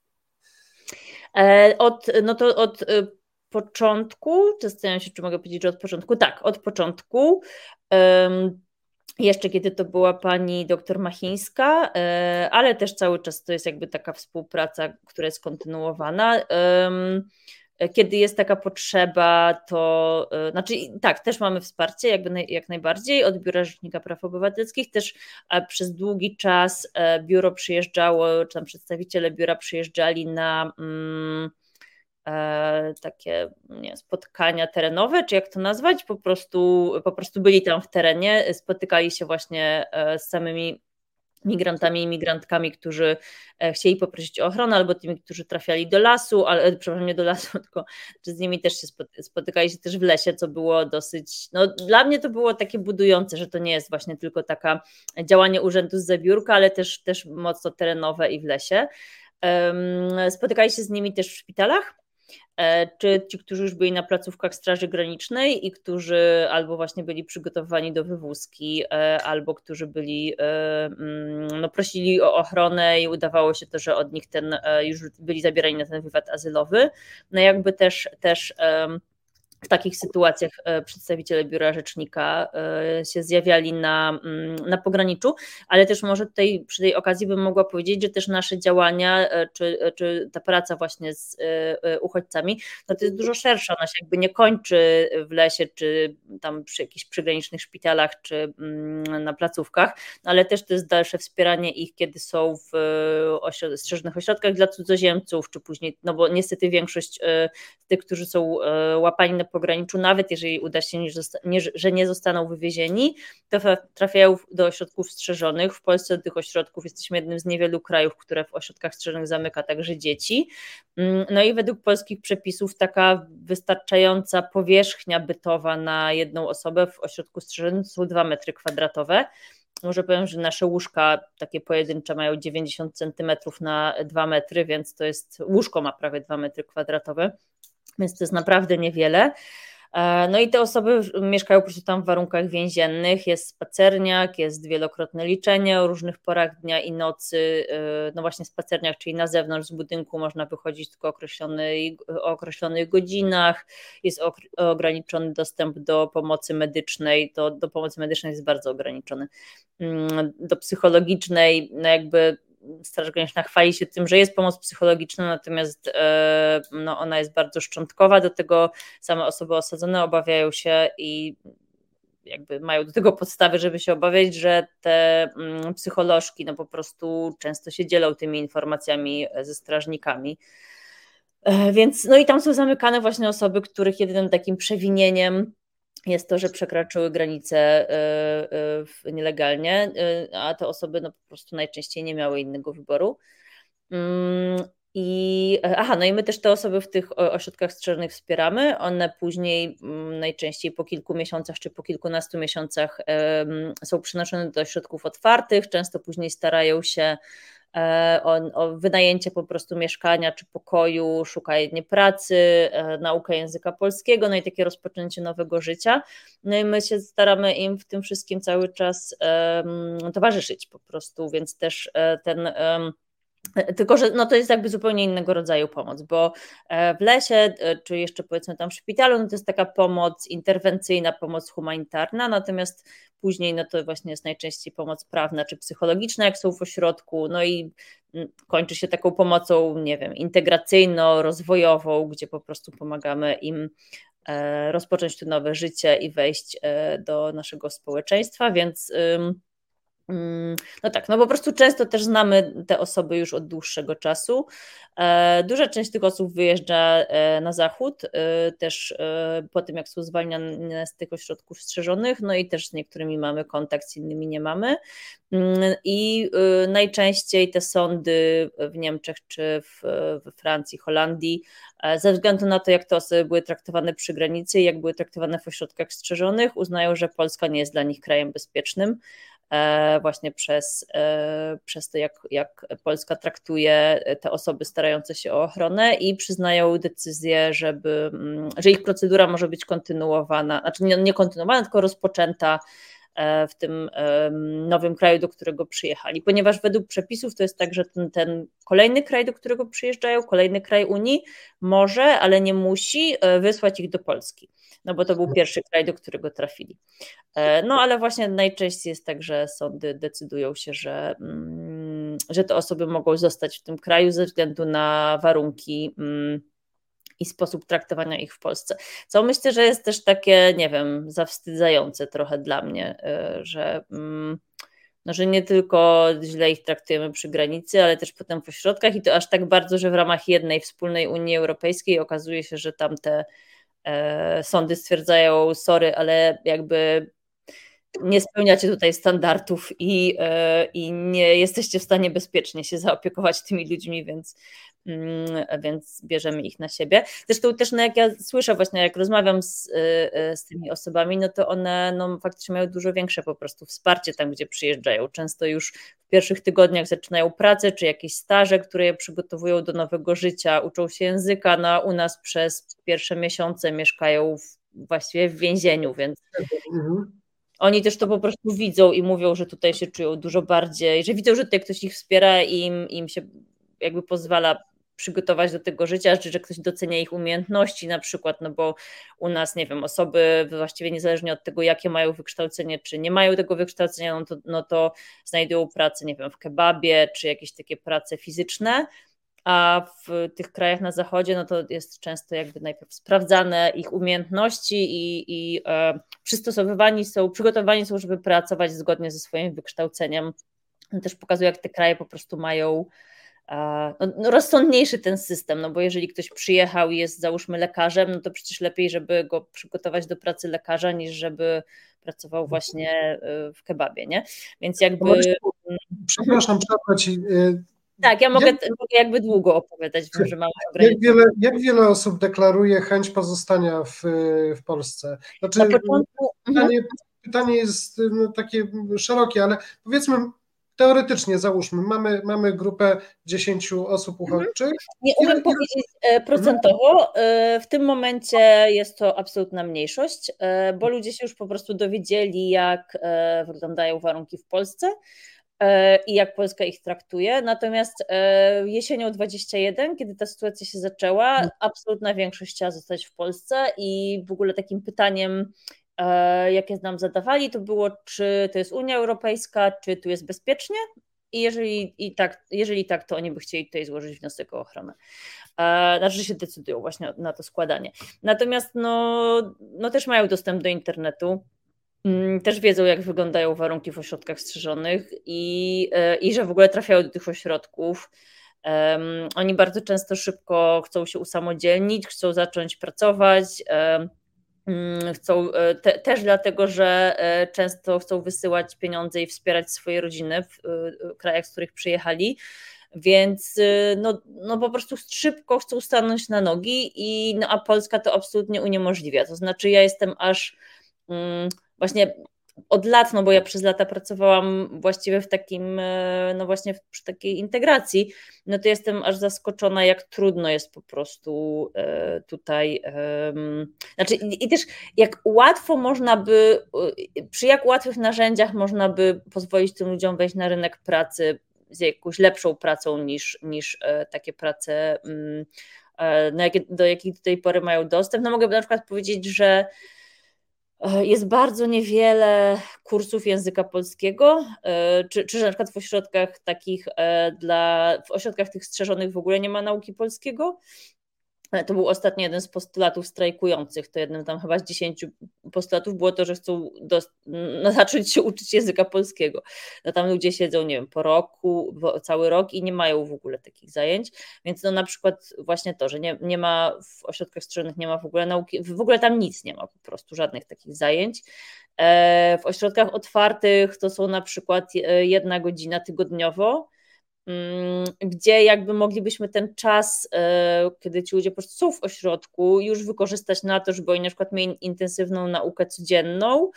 Od, no to od początku, zastanawiam się, czy mogę powiedzieć, że od początku, tak, od początku. jeszcze kiedy to była pani doktor Machińska, ale też cały czas to jest jakby taka współpraca, która jest kontynuowana. Kiedy jest taka potrzeba, to znaczy tak, też mamy wsparcie jakby jak najbardziej od Biura Rzecznika Praw Obywatelskich, też przez długi czas biuro przyjeżdżało, czy tam przedstawiciele biura przyjeżdżali na mm, e, takie nie, spotkania terenowe, czy jak to nazwać, po prostu, po prostu byli tam w terenie, spotykali się właśnie z samymi migrantami i migrantkami, którzy chcieli poprosić o ochronę, albo tymi, którzy trafiali do lasu, ale przepraszam, nie do lasu, tylko z nimi też się spotykali się też w lesie, co było dosyć, no dla mnie to było takie budujące, że to nie jest właśnie tylko taka działanie urzędu zza biurka, ale też, też mocno terenowe i w lesie. Spotykali się z nimi też w szpitalach, czy ci, którzy już byli na placówkach Straży Granicznej i którzy albo właśnie byli przygotowani do wywózki, albo którzy byli, no prosili o ochronę i udawało się to, że od nich ten, już byli zabierani na ten wywiad azylowy. No jakby też, też w takich sytuacjach przedstawiciele Biura Rzecznika się zjawiali na, na pograniczu, ale też może tutaj przy tej okazji bym mogła powiedzieć, że też nasze działania, czy, czy ta praca właśnie z uchodźcami, no to jest dużo szersza, ona się jakby nie kończy w lesie, czy tam przy jakichś przygranicznych szpitalach, czy na placówkach, no ale też to jest dalsze wspieranie ich, kiedy są w ośrod- strzeżonych ośrodkach dla cudzoziemców, czy później, no bo niestety większość z tych, którzy są łapani na pograniczu, nawet jeżeli uda się, nie, że nie zostaną wywiezieni, to trafiają do ośrodków strzeżonych. W Polsce do tych ośrodków jesteśmy jednym z niewielu krajów, które w ośrodkach strzeżonych zamyka także dzieci. No i według polskich przepisów taka wystarczająca powierzchnia bytowa na jedną osobę w ośrodku strzeżonym to są dwa metry kwadratowe. Może powiem, że nasze łóżka takie pojedyncze mają dziewięćdziesiąt centymetrów na dwa metry, więc to jest, łóżko ma prawie dwa metry kwadratowe, więc to jest naprawdę niewiele. No i te osoby mieszkają po prostu tam w warunkach więziennych, jest spacerniak, jest wielokrotne liczenie o różnych porach dnia i nocy, no właśnie spacerniak, czyli na zewnątrz z budynku można wychodzić tylko określonej, o określonych godzinach, jest ograniczony dostęp do pomocy medycznej, to do pomocy medycznej jest bardzo ograniczony, do psychologicznej, no jakby Straż Graniczna chwali się tym, że jest pomoc psychologiczna, natomiast no, ona jest bardzo szczątkowa, do tego same osoby osadzone obawiają się i jakby mają do tego podstawy, żeby się obawiać, że te psycholożki no po prostu często się dzielą tymi informacjami ze strażnikami. Więc no i tam są zamykane właśnie osoby, których jedynym takim przewinieniem jest to, że przekroczyły granicę nielegalnie, a te osoby no po prostu najczęściej nie miały innego wyboru. I, aha, no i my też te osoby w tych ośrodkach strzeżonych wspieramy, one później najczęściej po kilku miesiącach czy po kilkunastu miesiącach są przenoszone do ośrodków otwartych, często później starają się O, o wynajęcie po prostu mieszkania czy pokoju, szukanie pracy, naukę języka polskiego, no i takie rozpoczęcie nowego życia. No i my się staramy im w tym wszystkim cały czas um, towarzyszyć po prostu, więc też ten um, tylko, że no to jest jakby zupełnie innego rodzaju pomoc, bo w lesie, czy jeszcze powiedzmy tam w szpitalu, no to jest taka pomoc interwencyjna, pomoc humanitarna, natomiast później no to właśnie jest najczęściej pomoc prawna czy psychologiczna, jak są w ośrodku, no i kończy się taką pomocą, nie wiem, integracyjno-rozwojową, gdzie po prostu pomagamy im rozpocząć to nowe życie i wejść do naszego społeczeństwa, więc no tak, no po prostu często też znamy te osoby już od dłuższego czasu. Duża część tych osób wyjeżdża na zachód, też po tym jak są zwalniane z tych ośrodków strzeżonych, no i też z niektórymi mamy kontakt, z innymi nie mamy. I najczęściej te sądy w Niemczech czy w, we Francji, Holandii, ze względu na to, jak te osoby były traktowane przy granicy i jak były traktowane w ośrodkach strzeżonych, uznają, że Polska nie jest dla nich krajem bezpiecznym. Właśnie przez, przez to, jak, jak Polska traktuje te osoby starające się o ochronę i przyznają decyzję, żeby, że ich procedura może być kontynuowana, znaczy nie, nie kontynuowana, tylko rozpoczęta w tym nowym kraju, do którego przyjechali, ponieważ według przepisów to jest tak, że ten, ten kolejny kraj, do którego przyjeżdżają, kolejny kraj Unii może, ale nie musi wysłać ich do Polski. no bo to był pierwszy kraj, do którego trafili. No ale właśnie najczęściej jest tak, że sądy decydują się, że, że te osoby mogą zostać w tym kraju ze względu na warunki i sposób traktowania ich w Polsce. Co myślę, że jest też takie, nie wiem, zawstydzające trochę dla mnie, że, no, że nie tylko źle ich traktujemy przy granicy, ale też potem w ośrodkach i to aż tak bardzo, że w ramach jednej wspólnej Unii Europejskiej okazuje się, że tamte e, sądy stwierdzają sorry, ale jakby nie spełniacie tutaj standardów i, i nie jesteście w stanie bezpiecznie się zaopiekować tymi ludźmi, więc, więc bierzemy ich na siebie. Zresztą też no jak ja słyszę właśnie, jak rozmawiam z, z tymi osobami, no to one no, faktycznie mają dużo większe po prostu wsparcie tam, gdzie przyjeżdżają. Często już w pierwszych tygodniach zaczynają pracę, czy jakieś staże, które je przygotowują do nowego życia, uczą się języka, no a u nas przez pierwsze miesiące mieszkają w, właściwie w więzieniu, więc mhm. Oni też to po prostu widzą i mówią, że tutaj się czują dużo bardziej, że widzą, że tutaj ktoś ich wspiera i im, im się jakby pozwala przygotować do tego życia, czy że ktoś docenia ich umiejętności na przykład, no bo u nas, nie wiem, osoby właściwie niezależnie od tego, jakie mają wykształcenie, czy nie mają tego wykształcenia, no to, no to znajdują pracę, nie wiem, w kebabie, czy jakieś takie prace fizyczne, a w tych krajach na zachodzie no to jest często jakby najpierw sprawdzane ich umiejętności i, i e, przystosowywani są, przygotowani są, żeby pracować zgodnie ze swoim wykształceniem. To też pokazuje, jak te kraje po prostu mają e, no, no rozsądniejszy ten system, no bo jeżeli ktoś przyjechał i jest załóżmy lekarzem, no to przecież lepiej, żeby go przygotować do pracy lekarza, niż żeby pracował właśnie w kebabie, nie? Więc jakby... Przepraszam, przerwę ci. Tak, ja mogę, jak, mogę jakby długo opowiadać, wiem, że mam jak wiele, jak wiele osób deklaruje chęć pozostania w, w Polsce? Znaczy, Na początku, pytanie, mhm. pytanie jest no, takie szerokie, ale powiedzmy teoretycznie załóżmy, mamy, mamy grupę dziesięciu osób uchodźczych. Nie umiem powiedzieć procentowo, w tym momencie jest to absolutna mniejszość, bo ludzie się już po prostu dowiedzieli, jak wyglądają warunki w Polsce i jak Polska ich traktuje. Natomiast jesienią dwudziestym pierwszym, kiedy ta sytuacja się zaczęła, absolutna większość chciała zostać w Polsce i w ogóle takim pytaniem, jakie nam zadawali, to było, czy to jest Unia Europejska, czy tu jest bezpiecznie i jeżeli, i tak, jeżeli tak, to oni by chcieli tutaj złożyć wniosek o ochronę. Znaczy, że się decydują właśnie na to składanie. Natomiast no, no też mają dostęp do internetu, też wiedzą, jak wyglądają warunki w ośrodkach strzeżonych i, i że w ogóle trafiają do tych ośrodków. Um, oni bardzo często szybko chcą się usamodzielnić, chcą zacząć pracować, um, chcą te, też dlatego, że często chcą wysyłać pieniądze i wspierać swoje rodziny w, w krajach, z których przyjechali. Więc no, no po prostu szybko chcą stanąć na nogi, i, no a Polska to absolutnie uniemożliwia. To znaczy ja jestem aż um, właśnie od lat, no bo ja przez lata pracowałam właściwie w takim, no właśnie przy takiej integracji, no to jestem aż zaskoczona, jak trudno jest po prostu tutaj, znaczy i też jak łatwo można by, przy jak łatwych narzędziach można by pozwolić tym ludziom wejść na rynek pracy z jakąś lepszą pracą niż, niż takie prace, do jakich do tej pory mają dostęp. No mogę na przykład powiedzieć, że jest bardzo niewiele kursów języka polskiego, czy, czy na przykład w ośrodkach takich dla, w ośrodkach tych strzeżonych w ogóle nie ma nauki polskiego. To był ostatnio jeden z postulatów strajkujących, to jednym tam chyba z dziesięciu postulatów było to, że chcą do, no, zacząć się uczyć języka polskiego. No tam ludzie siedzą, nie wiem, po roku, po cały rok i nie mają w ogóle takich zajęć, więc no na przykład właśnie to, że nie, nie ma w ośrodkach strzeżonych nie ma w ogóle nauki, w ogóle tam nic nie ma po prostu, żadnych takich zajęć. W ośrodkach otwartych to są na przykład jedna godzina tygodniowo, gdzie jakby moglibyśmy ten czas, kiedy ci ludzie po prostu są w ośrodku, już wykorzystać na to, żeby oni na przykład mieli intensywną naukę codzienną,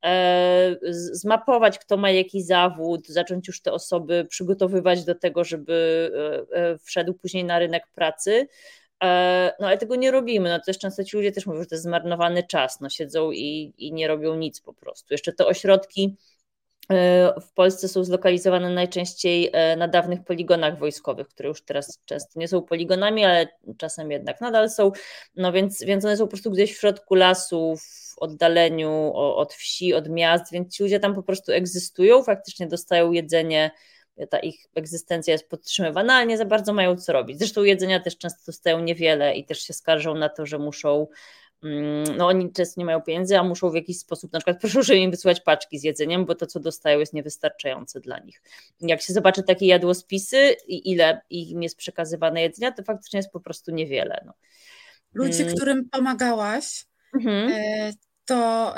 zmapować, kto ma jaki zawód, zacząć już te osoby przygotowywać do tego, żeby wszedł później na rynek pracy. No ale tego nie robimy, no to też często ci ludzie też mówią, że to jest zmarnowany czas, no siedzą i, i nie robią nic po prostu. Jeszcze te ośrodki w Polsce są zlokalizowane najczęściej na dawnych poligonach wojskowych, które już teraz często nie są poligonami, ale czasem jednak nadal są, no więc, więc one są po prostu gdzieś w środku lasu, w oddaleniu od wsi, od miast, więc ci ludzie tam po prostu egzystują, faktycznie dostają jedzenie, ta ich egzystencja jest podtrzymywana, ale nie za bardzo mają co robić. Zresztą jedzenia też często dostają niewiele i też się skarżą na to, że muszą, no oni często nie mają pieniędzy, a muszą w jakiś sposób, na przykład proszę, żeby im wysyłać paczki z jedzeniem, bo to, co dostają, jest niewystarczające dla nich. Jak się zobaczy takie jadłospisy i ile im jest przekazywane jedzenia, to faktycznie jest po prostu niewiele. No. Ludzie, hmm. którym pomagałaś, mhm. to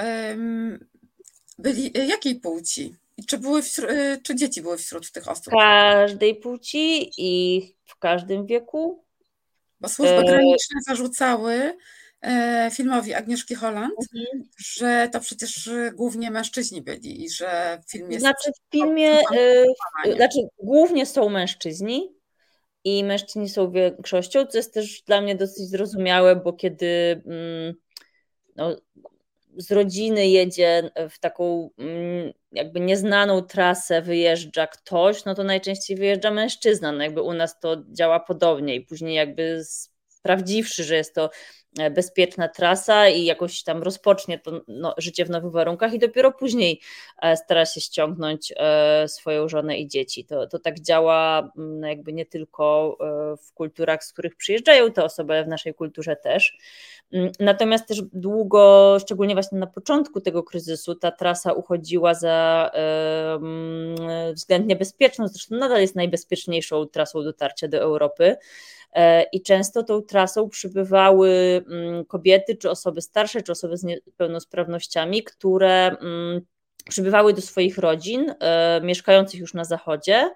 byli jakiej płci? Czy, były wśród, czy dzieci były wśród tych osób? Każdej płci i w każdym wieku. Bo służby graniczne zarzucały filmowi Agnieszki Holland, mhm. że to przecież głównie mężczyźni byli i że film jest... Znaczy w filmie, yy, znaczy głównie są mężczyźni i mężczyźni są większością, co jest też dla mnie dosyć zrozumiałe, bo kiedy mm, no, z rodziny jedzie w taką mm, jakby nieznaną trasę, wyjeżdża ktoś, no to najczęściej wyjeżdża mężczyzna, no jakby u nas to działa podobnie i później jakby sprawdziwszy, że jest to bezpieczna trasa i jakoś tam rozpocznie to no, życie w nowych warunkach i dopiero później stara się ściągnąć swoją żonę i dzieci. To, to tak działa no, jakby nie tylko w kulturach, z których przyjeżdżają te osoby, ale w naszej kulturze też. Natomiast też długo, szczególnie właśnie na początku tego kryzysu, ta trasa uchodziła za um, względnie bezpieczną, zresztą nadal jest najbezpieczniejszą trasą dotarcia do Europy. I często tą trasą przybywały kobiety, czy osoby starsze, czy osoby z niepełnosprawnościami, które przybywały do swoich rodzin, mieszkających już na zachodzie.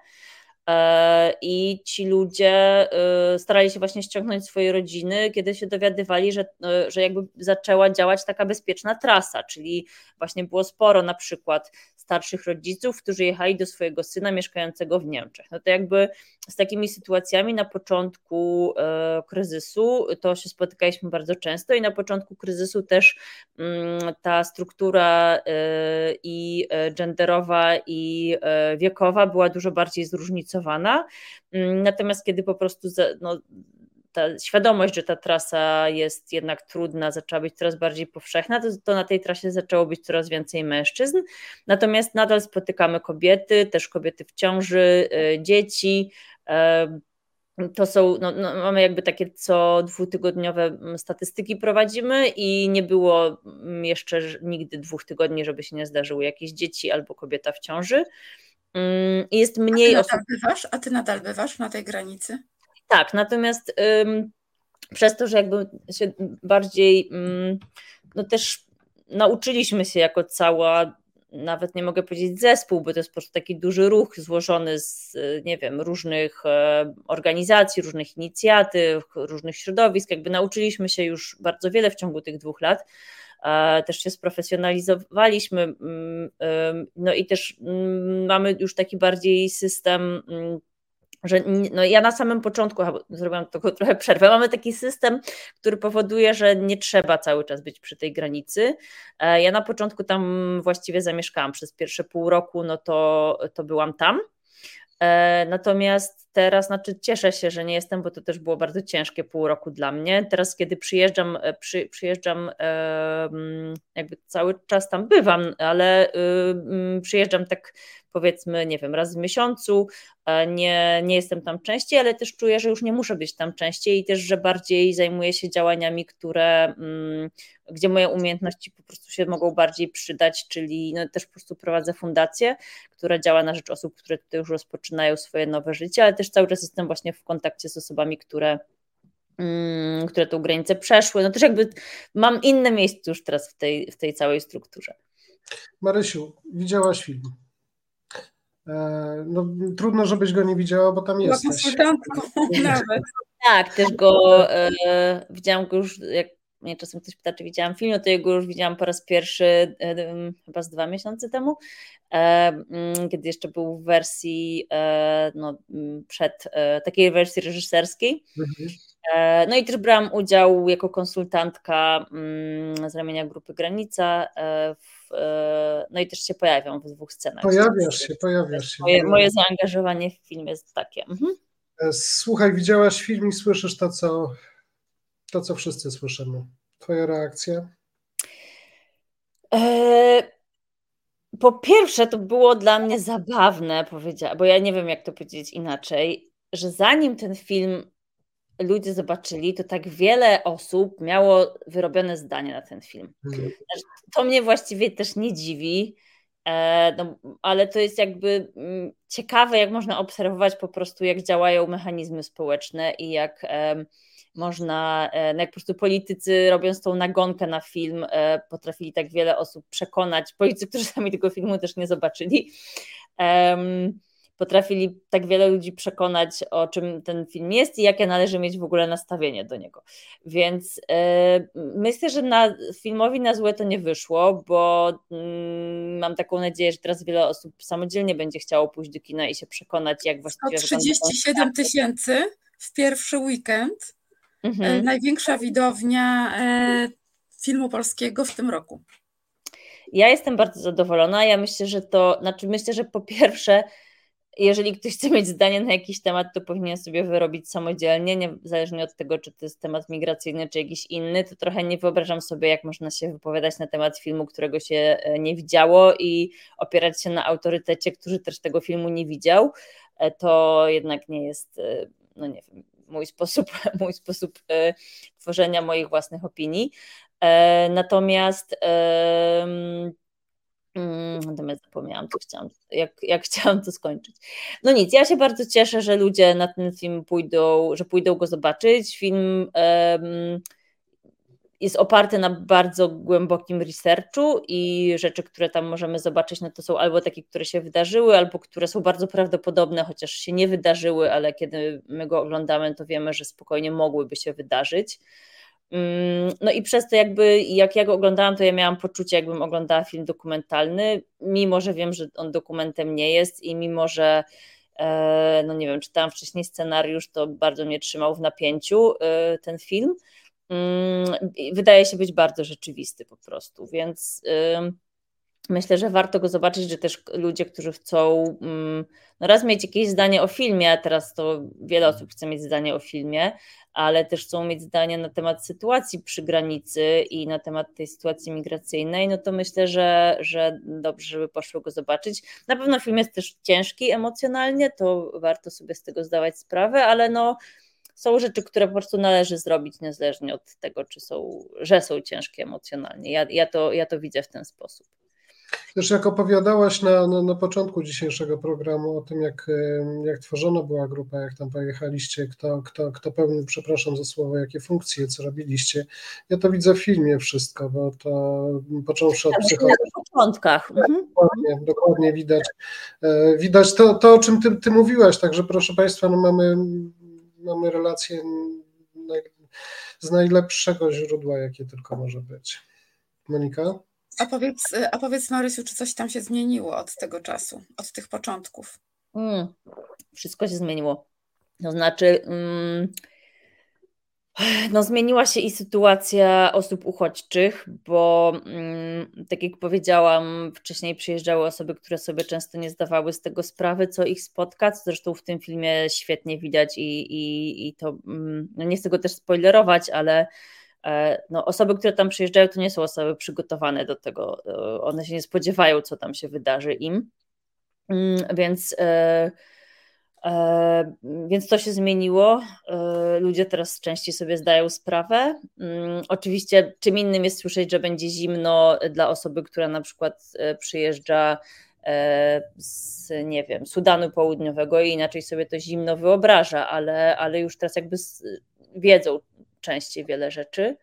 I ci ludzie starali się właśnie ściągnąć swoje rodziny, kiedy się dowiadywali, że, że jakby zaczęła działać taka bezpieczna trasa, czyli właśnie było sporo na przykład starszych rodziców, którzy jechali do swojego syna mieszkającego w Niemczech. No to jakby z takimi sytuacjami na początku kryzysu to się spotykaliśmy bardzo często i na początku kryzysu też ta struktura i genderowa i wiekowa była dużo bardziej zróżnicowana, natomiast kiedy po prostu no, ta świadomość, że ta trasa jest jednak trudna, zaczęła być coraz bardziej powszechna, to, to na tej trasie zaczęło być coraz więcej mężczyzn, natomiast nadal spotykamy kobiety, też kobiety w ciąży, dzieci. To są, no, no, mamy jakby takie co dwutygodniowe statystyki prowadzimy i nie było jeszcze nigdy dwóch tygodni, żeby się nie zdarzyły jakieś dzieci albo kobieta w ciąży. I jest mniej osób. Bywasz? A ty nadal bywasz na tej granicy? Tak, natomiast ym, przez to, że jakby się bardziej ym, no też nauczyliśmy się jako cała, nawet nie mogę powiedzieć zespół, bo to jest po prostu taki duży ruch złożony z, nie wiem, różnych organizacji, różnych inicjatyw, różnych środowisk, jakby nauczyliśmy się już bardzo wiele w ciągu tych dwóch lat. Też się sprofesjonalizowaliśmy, no i też mamy już taki bardziej system, że no ja na samym początku zrobiłam tylko trochę przerwę, mamy taki system, który powoduje, że nie trzeba cały czas być przy tej granicy. Ja na początku tam właściwie zamieszkałam przez pierwsze pół roku, no to, to byłam tam. Natomiast teraz, znaczy cieszę się, że nie jestem, bo to też było bardzo ciężkie pół roku dla mnie. Teraz, kiedy przyjeżdżam, przy, przyjeżdżam jakby cały czas tam bywam, ale przyjeżdżam tak powiedzmy, nie wiem, raz w miesiącu, nie, nie jestem tam częściej, ale też czuję, że już nie muszę być tam częściej i też, że bardziej zajmuję się działaniami, które, gdzie moje umiejętności po prostu się mogą bardziej przydać, czyli no też po prostu prowadzę fundację, która działa na rzecz osób, które tutaj już rozpoczynają swoje nowe życie, ale też cały czas jestem właśnie w kontakcie z osobami, które które tą granicę przeszły. No też jakby mam inne miejsce już teraz w tej, w tej całej strukturze. Marysiu, widziałaś film. No, trudno, żebyś go nie widziała, bo tam jesteś. Nawet. Tak, też go e, widziałam go już, jak mnie czasem ktoś pyta, czy widziałam film, no to ja go już widziałam po raz pierwszy e, chyba z dwa miesiące temu, e, kiedy jeszcze był w wersji e, no, przed, e, takiej wersji reżyserskiej. Mhm. No i też brałam udział jako konsultantka z ramienia grupy Granica, w, no i też się pojawiam w dwóch scenach. Pojawiasz się, pojawiasz się. Moje, moje zaangażowanie w film jest takie. Mhm. Słuchaj, widziałaś film i słyszysz to, co, to, co wszyscy słyszymy. Twoja reakcja? E, po pierwsze, to było dla mnie zabawne, powiedziała, bo ja nie wiem, jak to powiedzieć inaczej, że zanim ten film ludzie zobaczyli, to tak wiele osób miało wyrobione zdanie na ten film. Hmm. To mnie właściwie też nie dziwi, no, ale to jest jakby ciekawe, jak można obserwować po prostu, jak działają mechanizmy społeczne i jak można, jak po prostu politycy, robiąc tą nagonkę na film, potrafili tak wiele osób przekonać, politycy, którzy sami tego filmu też nie zobaczyli, potrafili tak wiele ludzi przekonać, o czym ten film jest i jakie należy mieć w ogóle nastawienie do niego. Więc yy, myślę, że na filmowi na złe to nie wyszło, bo yy, mam taką nadzieję, że teraz wiele osób samodzielnie będzie chciało pójść do kina i się przekonać, jak właściwie... sto trzydzieści siedem tysięcy w pierwszy weekend. Mhm. Yy, największa widownia yy, filmu polskiego w tym roku. Ja jestem bardzo zadowolona. Ja myślę, że to... Znaczy myślę, że po pierwsze jeżeli ktoś chce mieć zdanie na jakiś temat, to powinien sobie wyrobić samodzielnie, niezależnie od tego, czy to jest temat migracyjny, czy jakiś inny, to trochę nie wyobrażam sobie, jak można się wypowiadać na temat filmu, którego się nie widziało i opierać się na autorytecie, który też tego filmu nie widział. To jednak nie jest, no nie wiem, mój sposób, mój sposób tworzenia moich własnych opinii. Natomiast Natomiast zapomniałam, co chciałam, jak, jak chciałam to skończyć. No nic, ja się bardzo cieszę, że ludzie na ten film pójdą, że pójdą go zobaczyć. Film um, jest oparty na bardzo głębokim researchu i rzeczy, które tam możemy zobaczyć, no to są albo takie, które się wydarzyły, albo które są bardzo prawdopodobne, chociaż się nie wydarzyły, ale kiedy my go oglądamy, to wiemy, że spokojnie mogłyby się wydarzyć. No i przez to jakby, jak ja go oglądałam, to ja miałam poczucie, jakbym oglądała film dokumentalny, mimo że wiem, że on dokumentem nie jest i mimo że, no nie wiem, czytałam wcześniej scenariusz, to bardzo mnie trzymał w napięciu ten film. Wydaje się być bardzo rzeczywisty po prostu, więc myślę, że warto go zobaczyć, że też ludzie, którzy chcą no raz mieć jakieś zdanie o filmie, a teraz to wiele osób chce mieć zdanie o filmie, ale też chcą mieć zdanie na temat sytuacji przy granicy i na temat tej sytuacji migracyjnej, no to myślę, że, że dobrze, żeby poszło go zobaczyć. Na pewno film jest też ciężki emocjonalnie, to warto sobie z tego zdawać sprawę, ale no są rzeczy, które po prostu należy zrobić niezależnie od tego, czy są, że są ciężkie emocjonalnie. Ja, ja, to, ja to widzę w ten sposób. Też jak opowiadałaś na, na, na początku dzisiejszego programu o tym, jak, jak tworzona była grupa, jak tam pojechaliście, kto, kto, kto pełnił, przepraszam za słowo, jakie funkcje, co robiliście, ja to widzę w filmie wszystko, bo to począwszy od psychologii. Na początkach. Mhm. Dokładnie, dokładnie widać, widać to, to o czym ty, ty mówiłaś, także proszę Państwa, no mamy, mamy relacje z najlepszego źródła, jakie tylko może być. Monika? A powiedz, a powiedz Marysiu, czy coś tam się zmieniło od tego czasu, od tych początków? Mm, wszystko się zmieniło. To znaczy, mm, no zmieniła się i sytuacja osób uchodźczych, bo mm, tak jak powiedziałam, wcześniej przyjeżdżały osoby, które sobie często nie zdawały z tego sprawy, co ich spotka, co zresztą w tym filmie świetnie widać i, i, i to, mm, no nie chcę go też spoilerować, ale no, osoby, które tam przyjeżdżają, to nie są osoby przygotowane do tego, one się nie spodziewają, co tam się wydarzy im, więc, e, e, więc to się zmieniło, e, ludzie teraz częściej sobie zdają sprawę. Oczywiście czym innym jest słyszeć, że będzie zimno dla osoby, która na przykład przyjeżdża z, nie wiem, Sudanu Południowego i inaczej sobie to zimno wyobraża, ale, ale już teraz jakby wiedzą częściej wiele rzeczy.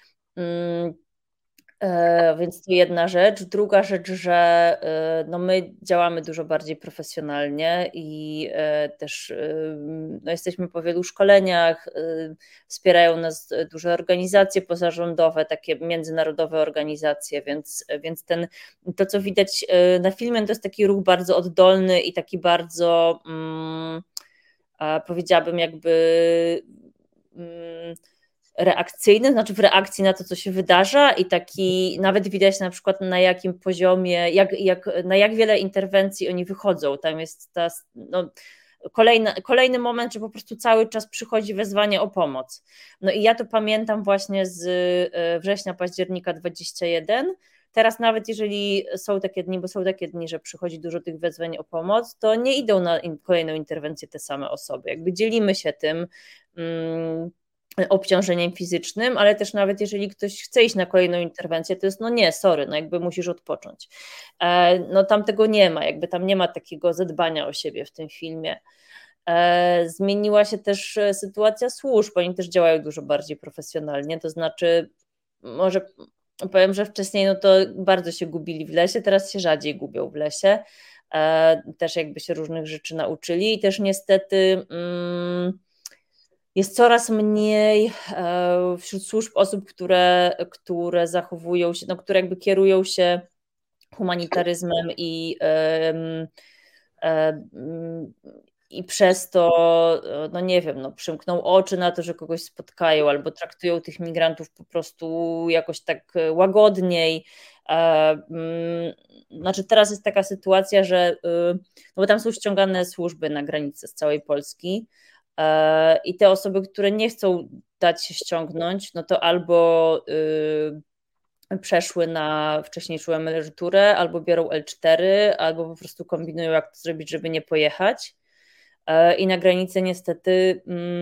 Więc to jedna rzecz. Druga rzecz, że no my działamy dużo bardziej profesjonalnie i też no jesteśmy po wielu szkoleniach, wspierają nas duże organizacje pozarządowe, takie międzynarodowe organizacje, więc, więc ten, to co widać na filmie, to jest taki ruch bardzo oddolny i taki bardzo, powiedziałabym, jakby reakcyjny, znaczy w reakcji na to, co się wydarza i taki nawet widać na przykład na jakim poziomie, jak, jak, na jak wiele interwencji oni wychodzą. Tam jest ta, no, kolejny, kolejny moment, że po prostu cały czas przychodzi wezwanie o pomoc. No i ja to pamiętam właśnie z września, października dwudziestego pierwszego. Teraz nawet jeżeli są takie dni, bo są takie dni, że przychodzi dużo tych wezwań o pomoc, to nie idą na in, kolejną interwencję te same osoby. Jakby dzielimy się tym mm, obciążeniem fizycznym, ale też nawet jeżeli ktoś chce iść na kolejną interwencję, to jest no nie, sorry, no jakby musisz odpocząć. E, no tam tego nie ma, jakby tam nie ma takiego zadbania o siebie w tym filmie. E, zmieniła się też sytuacja służb, oni też działają dużo bardziej profesjonalnie, to znaczy może powiem, że wcześniej no to bardzo się gubili w lesie, teraz się rzadziej gubią w lesie, e, też jakby się różnych rzeczy nauczyli i też niestety mm, jest coraz mniej e, wśród służb osób, które, które zachowują się, no, które jakby kierują się humanitaryzmem i e, e, i przez to, no nie wiem, no przymkną oczy na to, że kogoś spotkają albo traktują tych migrantów po prostu jakoś tak łagodniej. Znaczy teraz jest taka sytuacja, że no bo tam są ściągane służby na granicę z całej Polski i te osoby, które nie chcą dać się ściągnąć, no to albo przeszły na wcześniejszą emeryturę, albo biorą el cztery, albo po prostu kombinują, jak to zrobić, żeby nie pojechać. I na granicę niestety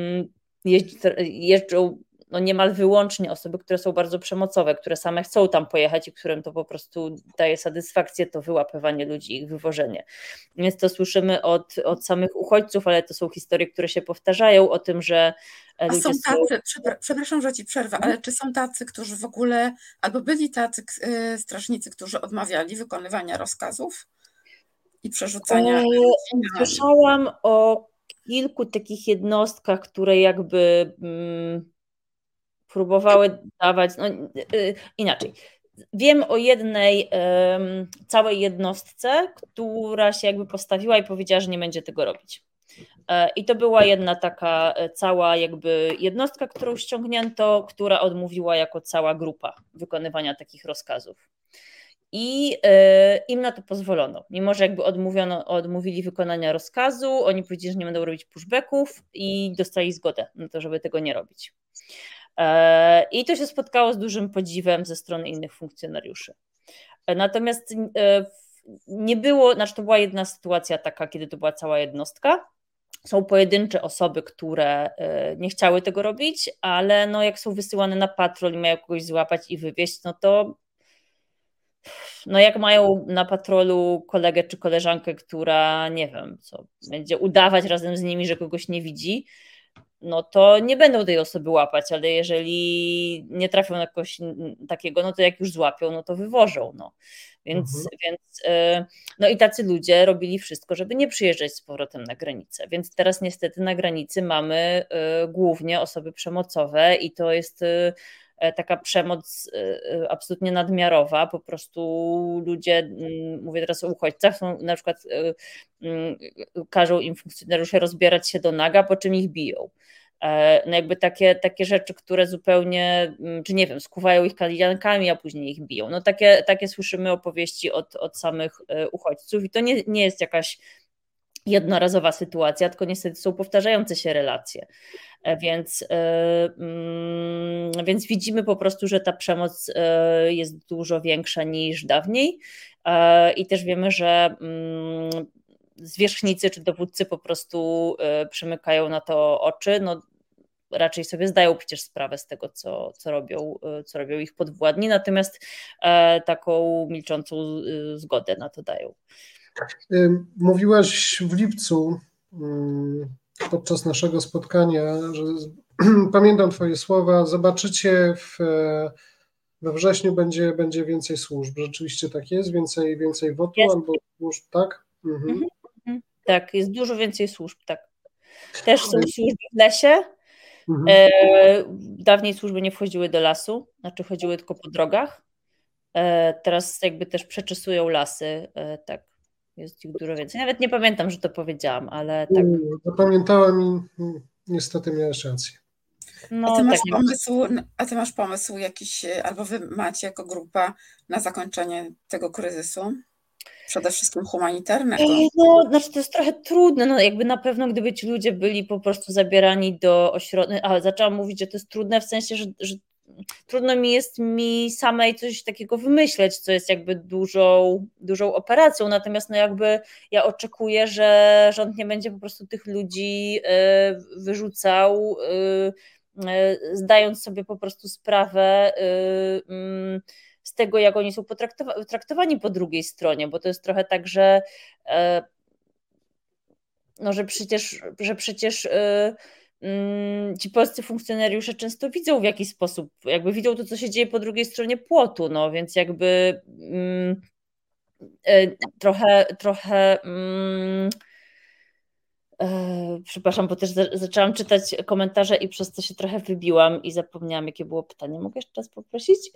jeżdżą no niemal wyłącznie osoby, które są bardzo przemocowe, które same chcą tam pojechać i którym to po prostu daje satysfakcję, to wyłapywanie ludzi, ich wywożenie. Więc to słyszymy od, od samych uchodźców, ale to są historie, które się powtarzają o tym, że A ludzie są tacy, są... przepraszam, że ci przerwę, ale czy są tacy, którzy w ogóle, albo byli tacy strażnicy, którzy odmawiali wykonywania rozkazów i przerzucania? Słyszałam o kilku takich jednostkach, które jakby mm, próbowały dawać, no y, inaczej. Wiem o jednej y, całej jednostce, która się jakby postawiła i powiedziała, że nie będzie tego robić. I to była jedna taka cała jakby jednostka, którą ściągnięto, która odmówiła jako cała grupa wykonywania takich rozkazów. I im na to pozwolono. Mimo że jakby odmówiono, odmówili wykonania rozkazu, oni powiedzieli, że nie będą robić pushbacków i dostali zgodę na to, żeby tego nie robić. I to się spotkało z dużym podziwem ze strony innych funkcjonariuszy. Natomiast nie było, znaczy to była jedna sytuacja taka, kiedy to była cała jednostka. Są pojedyncze osoby, które nie chciały tego robić, ale no jak są wysyłane na patrol i mają kogoś złapać i wywieźć, no to no jak mają na patrolu kolegę czy koleżankę, która nie wiem, co będzie udawać razem z nimi, że kogoś nie widzi, no to nie będą tej osoby łapać, ale jeżeli nie trafią na kogoś takiego, no to jak już złapią, no to wywożą, no. Więc, mhm. więc no i tacy ludzie robili wszystko, żeby nie przyjeżdżać z powrotem na granicę, więc teraz niestety na granicy mamy głównie osoby przemocowe i to jest taka przemoc absolutnie nadmiarowa, po prostu ludzie, mówię teraz o uchodźcach, są na przykład każą im funkcjonariusze rozbierać się do naga, po czym ich biją. No jakby takie, takie rzeczy, które zupełnie, czy nie wiem, skuwają ich kaliankami, a później ich biją. No takie, takie słyszymy opowieści od, od samych uchodźców i to nie, nie jest jakaś jednorazowa sytuacja, tylko niestety są powtarzające się relacje. Więc, więc widzimy po prostu, że ta przemoc jest dużo większa niż dawniej i też wiemy, że zwierzchnicy czy dowódcy po prostu przymykają na to oczy, no raczej sobie zdają przecież sprawę z tego, co, co, robią, co robią ich podwładni, natomiast taką milczącą zgodę na to dają. Mówiłaś w lipcu podczas naszego spotkania, że pamiętam twoje słowa, zobaczycie w, we wrześniu będzie, będzie więcej służb. Rzeczywiście tak jest? Więcej, więcej W O T-u albo służb, tak? Mhm. Mhm. Tak, jest dużo więcej służb, tak. Też są służby w lesie. Mhm. Dawniej służby nie wchodziły do lasu, znaczy chodziły tylko po drogach. Teraz jakby też przeczesują lasy, tak. Jest ich dużo więcej. Nawet nie pamiętam, że to powiedziałam, ale tak. Zapamiętałam i niestety miałeś rację. No, A ty masz tak. pomysł, a ty masz pomysł jakiś, albo wy macie jako grupa na zakończenie tego kryzysu? Przede wszystkim humanitarnego. No, znaczy to jest trochę trudne, no jakby na pewno gdyby ci ludzie byli po prostu zabierani do ośrodka, a zaczęłam mówić, że to jest trudne w sensie, że, że trudno mi jest mi samej coś takiego wymyśleć, co jest jakby dużą, dużą operacją, natomiast no jakby ja oczekuję, że rząd nie będzie po prostu tych ludzi y, wyrzucał, y, y, zdając sobie po prostu sprawę y, y, z tego, jak oni są potraktowani po drugiej stronie, bo to jest trochę tak, że no, że przecież, że przecież ci polscy funkcjonariusze często widzą, w jaki sposób, jakby widzą to, co się dzieje po drugiej stronie płotu, no więc jakby mm, trochę, trochę mm, e, przepraszam, bo też zaczęłam czytać komentarze i przez to się trochę wybiłam i zapomniałam, jakie było pytanie. Mogę jeszcze raz poprosić?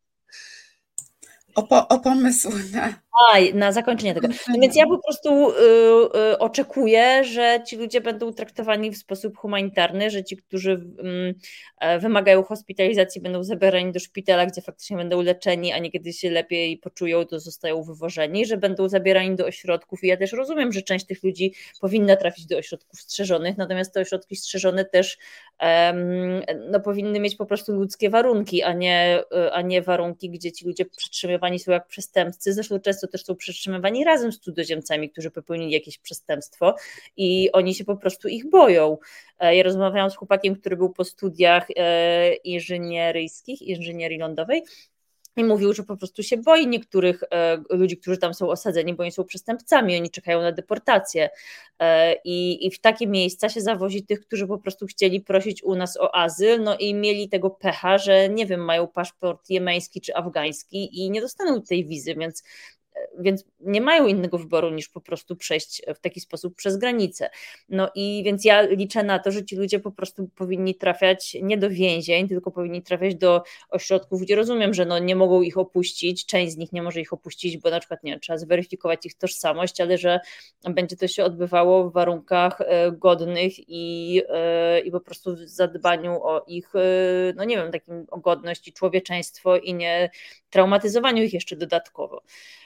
O, po, o pomysł na... A, na zakończenie tego. No więc ja po prostu y, y, oczekuję, że ci ludzie będą traktowani w sposób humanitarny, że ci, którzy y, wymagają hospitalizacji, będą zabierani do szpitala, gdzie faktycznie będą leczeni, a nie kiedy się lepiej poczują, to zostają wywożeni, że będą zabierani do ośrodków i ja też rozumiem, że część tych ludzi powinna trafić do ośrodków strzeżonych, natomiast te ośrodki strzeżone też um, no, powinny mieć po prostu ludzkie warunki, a nie, a nie warunki, gdzie ci ludzie przetrzymywani są jak przestępcy. Zresztą często też są przetrzymywani razem z cudzoziemcami, którzy popełnili jakieś przestępstwo i oni się po prostu ich boją. Ja rozmawiałam z chłopakiem, który był po studiach inżynieryjskich, inżynierii lądowej i mówił, że po prostu się boi niektórych ludzi, którzy tam są osadzeni, bo oni są przestępcami, oni czekają na deportację i, i w takie miejsca się zawozi tych, którzy po prostu chcieli prosić u nas o azyl, no i mieli tego pecha, że nie wiem, mają paszport jemeński czy afgański i nie dostaną tej wizy, więc więc nie mają innego wyboru niż po prostu przejść w taki sposób przez granicę. No i więc ja liczę na to, że ci ludzie po prostu powinni trafiać nie do więzień, tylko powinni trafiać do ośrodków, gdzie rozumiem, że no nie mogą ich opuścić, część z nich nie może ich opuścić, bo na przykład nie wiem, trzeba zweryfikować ich tożsamość, ale że będzie to się odbywało w warunkach godnych i, i po prostu w zadbaniu o ich, no nie wiem, takim o godność i człowieczeństwo i nie traumatyzowaniu ich jeszcze dodatkowo.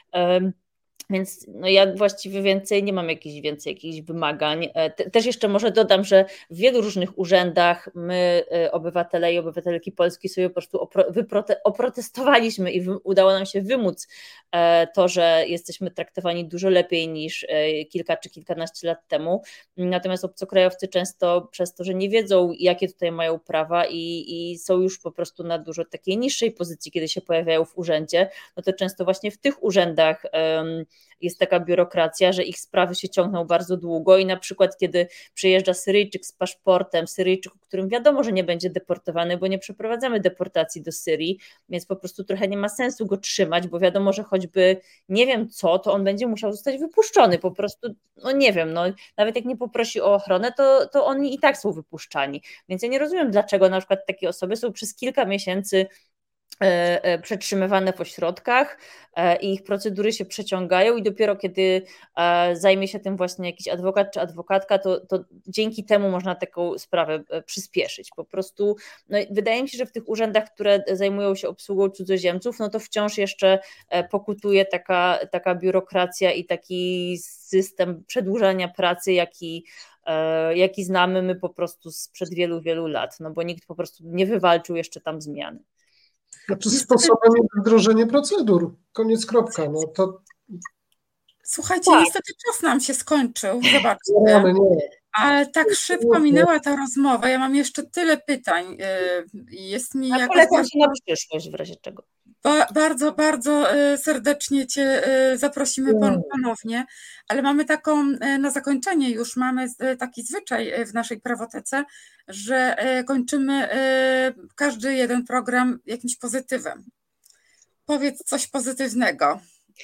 Więc no ja właściwie więcej nie mam jakichś więcej jakichś wymagań. Też jeszcze może dodam, że w wielu różnych urzędach my, obywatele i obywatelki Polski, sobie po prostu oprotestowaliśmy i udało nam się wymóc to, że jesteśmy traktowani dużo lepiej niż kilka czy kilkanaście lat temu. Natomiast obcokrajowcy często przez to, że nie wiedzą, jakie tutaj mają prawa i, i są już po prostu na dużo takiej niższej pozycji, kiedy się pojawiają w urzędzie, no to często właśnie w tych urzędach um, jest taka biurokracja, że ich sprawy się ciągną bardzo długo i na przykład kiedy przyjeżdża Syryjczyk z paszportem, Syryjczyk, o którym wiadomo, że nie będzie deportowany, bo nie przeprowadzamy deportacji do Syrii, więc po prostu trochę nie ma sensu go trzymać, bo wiadomo, że choćby nie wiem co, to on będzie musiał zostać wypuszczony, po prostu, no nie wiem, no nawet jak nie poprosi o ochronę, to, to oni i tak są wypuszczani, więc ja nie rozumiem, dlaczego na przykład takie osoby są przez kilka miesięcy przetrzymywane w ośrodkach i ich procedury się przeciągają i dopiero kiedy zajmie się tym właśnie jakiś adwokat czy adwokatka, to, to dzięki temu można taką sprawę przyspieszyć. Po prostu no, wydaje mi się, że w tych urzędach, które zajmują się obsługą cudzoziemców, no to wciąż jeszcze pokutuje taka, taka biurokracja i taki system przedłużania pracy, jaki jaki znamy my po prostu sprzed wielu, wielu lat, no bo nikt po prostu nie wywalczył jeszcze tam zmiany. Znaczy sposobem jest wdrożenie procedur. Koniec, kropka. No to... Słuchajcie, tak. Niestety czas nam się skończył. Zobaczcie. Nie, nie. Ale tak szybko minęła ta rozmowa. Ja mam jeszcze tyle pytań. Jest mi A jakoś... polecam się na przyszłość w razie czego. Ba- bardzo, bardzo serdecznie Cię zaprosimy ponownie, ale mamy taką, na zakończenie już mamy taki zwyczaj w naszej prawotece, że kończymy każdy jeden program jakimś pozytywem. Powiedz coś pozytywnego.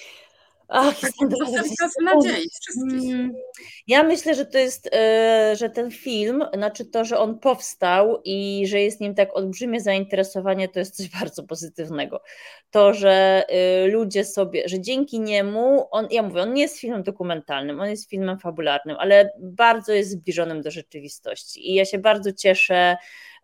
Ach, tak, tak, nadziei wszystkich. Ja myślę, że to jest, że ten film, znaczy to, że on powstał i że jest nim tak olbrzymie zainteresowanie, to jest coś bardzo pozytywnego. To, że ludzie sobie, że dzięki niemu, on, ja mówię, on nie jest filmem dokumentalnym, on jest filmem fabularnym, ale bardzo jest zbliżonym do rzeczywistości i ja się bardzo cieszę,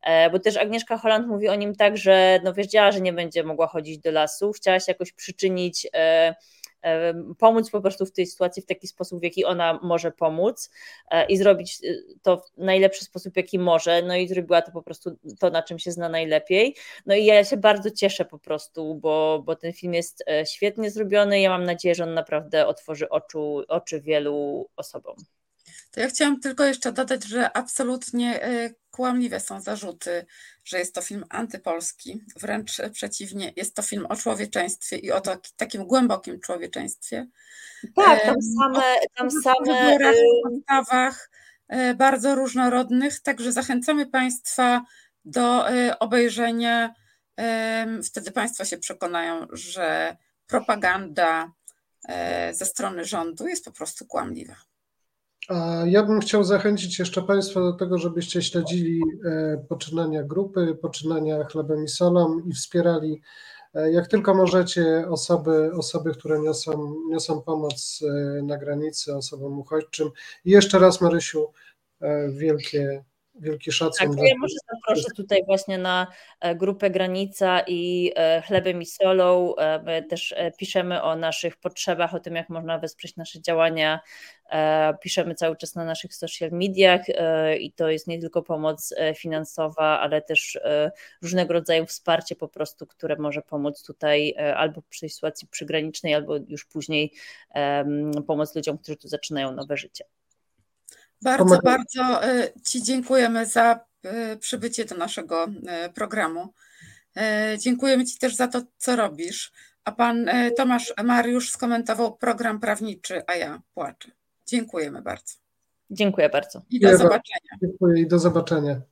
bo też Agnieszka Holland mówi o nim tak, że no wiedziała, że nie będzie mogła chodzić do lasu, chciała się jakoś przyczynić, pomóc po prostu w tej sytuacji w taki sposób, w jaki ona może pomóc i zrobić to w najlepszy sposób, jaki może, no i zrobiła to po prostu to, na czym się zna najlepiej. No i ja się bardzo cieszę po prostu, bo, bo ten film jest świetnie zrobiony, ja mam nadzieję, że on naprawdę otworzy oczu, oczy wielu osobom. To ja chciałam tylko jeszcze dodać, że absolutnie kłamliwe są zarzuty, że jest to film antypolski. Wręcz przeciwnie, jest to film o człowieczeństwie i o to, takim głębokim człowieczeństwie. Tak, tam same... Tam same postawach bardzo różnorodnych, także zachęcamy Państwa do obejrzenia. Wtedy Państwo się przekonają, że propaganda ze strony rządu jest po prostu kłamliwa. A ja bym chciał zachęcić jeszcze Państwa do tego, żebyście śledzili poczynania grupy, poczynania Chlebem i Solą i wspierali jak tylko możecie osoby, osoby które niosą, niosą pomoc na granicy, osobom uchodźczym. I jeszcze raz, Marysiu, wielkie Wielki szacunek. Tak, ja może zaproszę tutaj właśnie na grupę Granica i Chlebem i Solą. My też piszemy o naszych potrzebach, o tym, jak można wesprzeć nasze działania. Piszemy cały czas na naszych social mediach i to jest nie tylko pomoc finansowa, ale też różnego rodzaju wsparcie po prostu, które może pomóc tutaj albo przy tej sytuacji przygranicznej, albo już później pomóc ludziom, którzy tu zaczynają nowe życie. Bardzo, bardzo Ci dziękujemy za przybycie do naszego programu. Dziękujemy Ci też za to, co robisz. A pan Tomasz Mariusz skomentował program prawniczy, a ja płaczę. Dziękujemy bardzo. Dziękuję bardzo. I do zobaczenia. Dziękuję i do zobaczenia.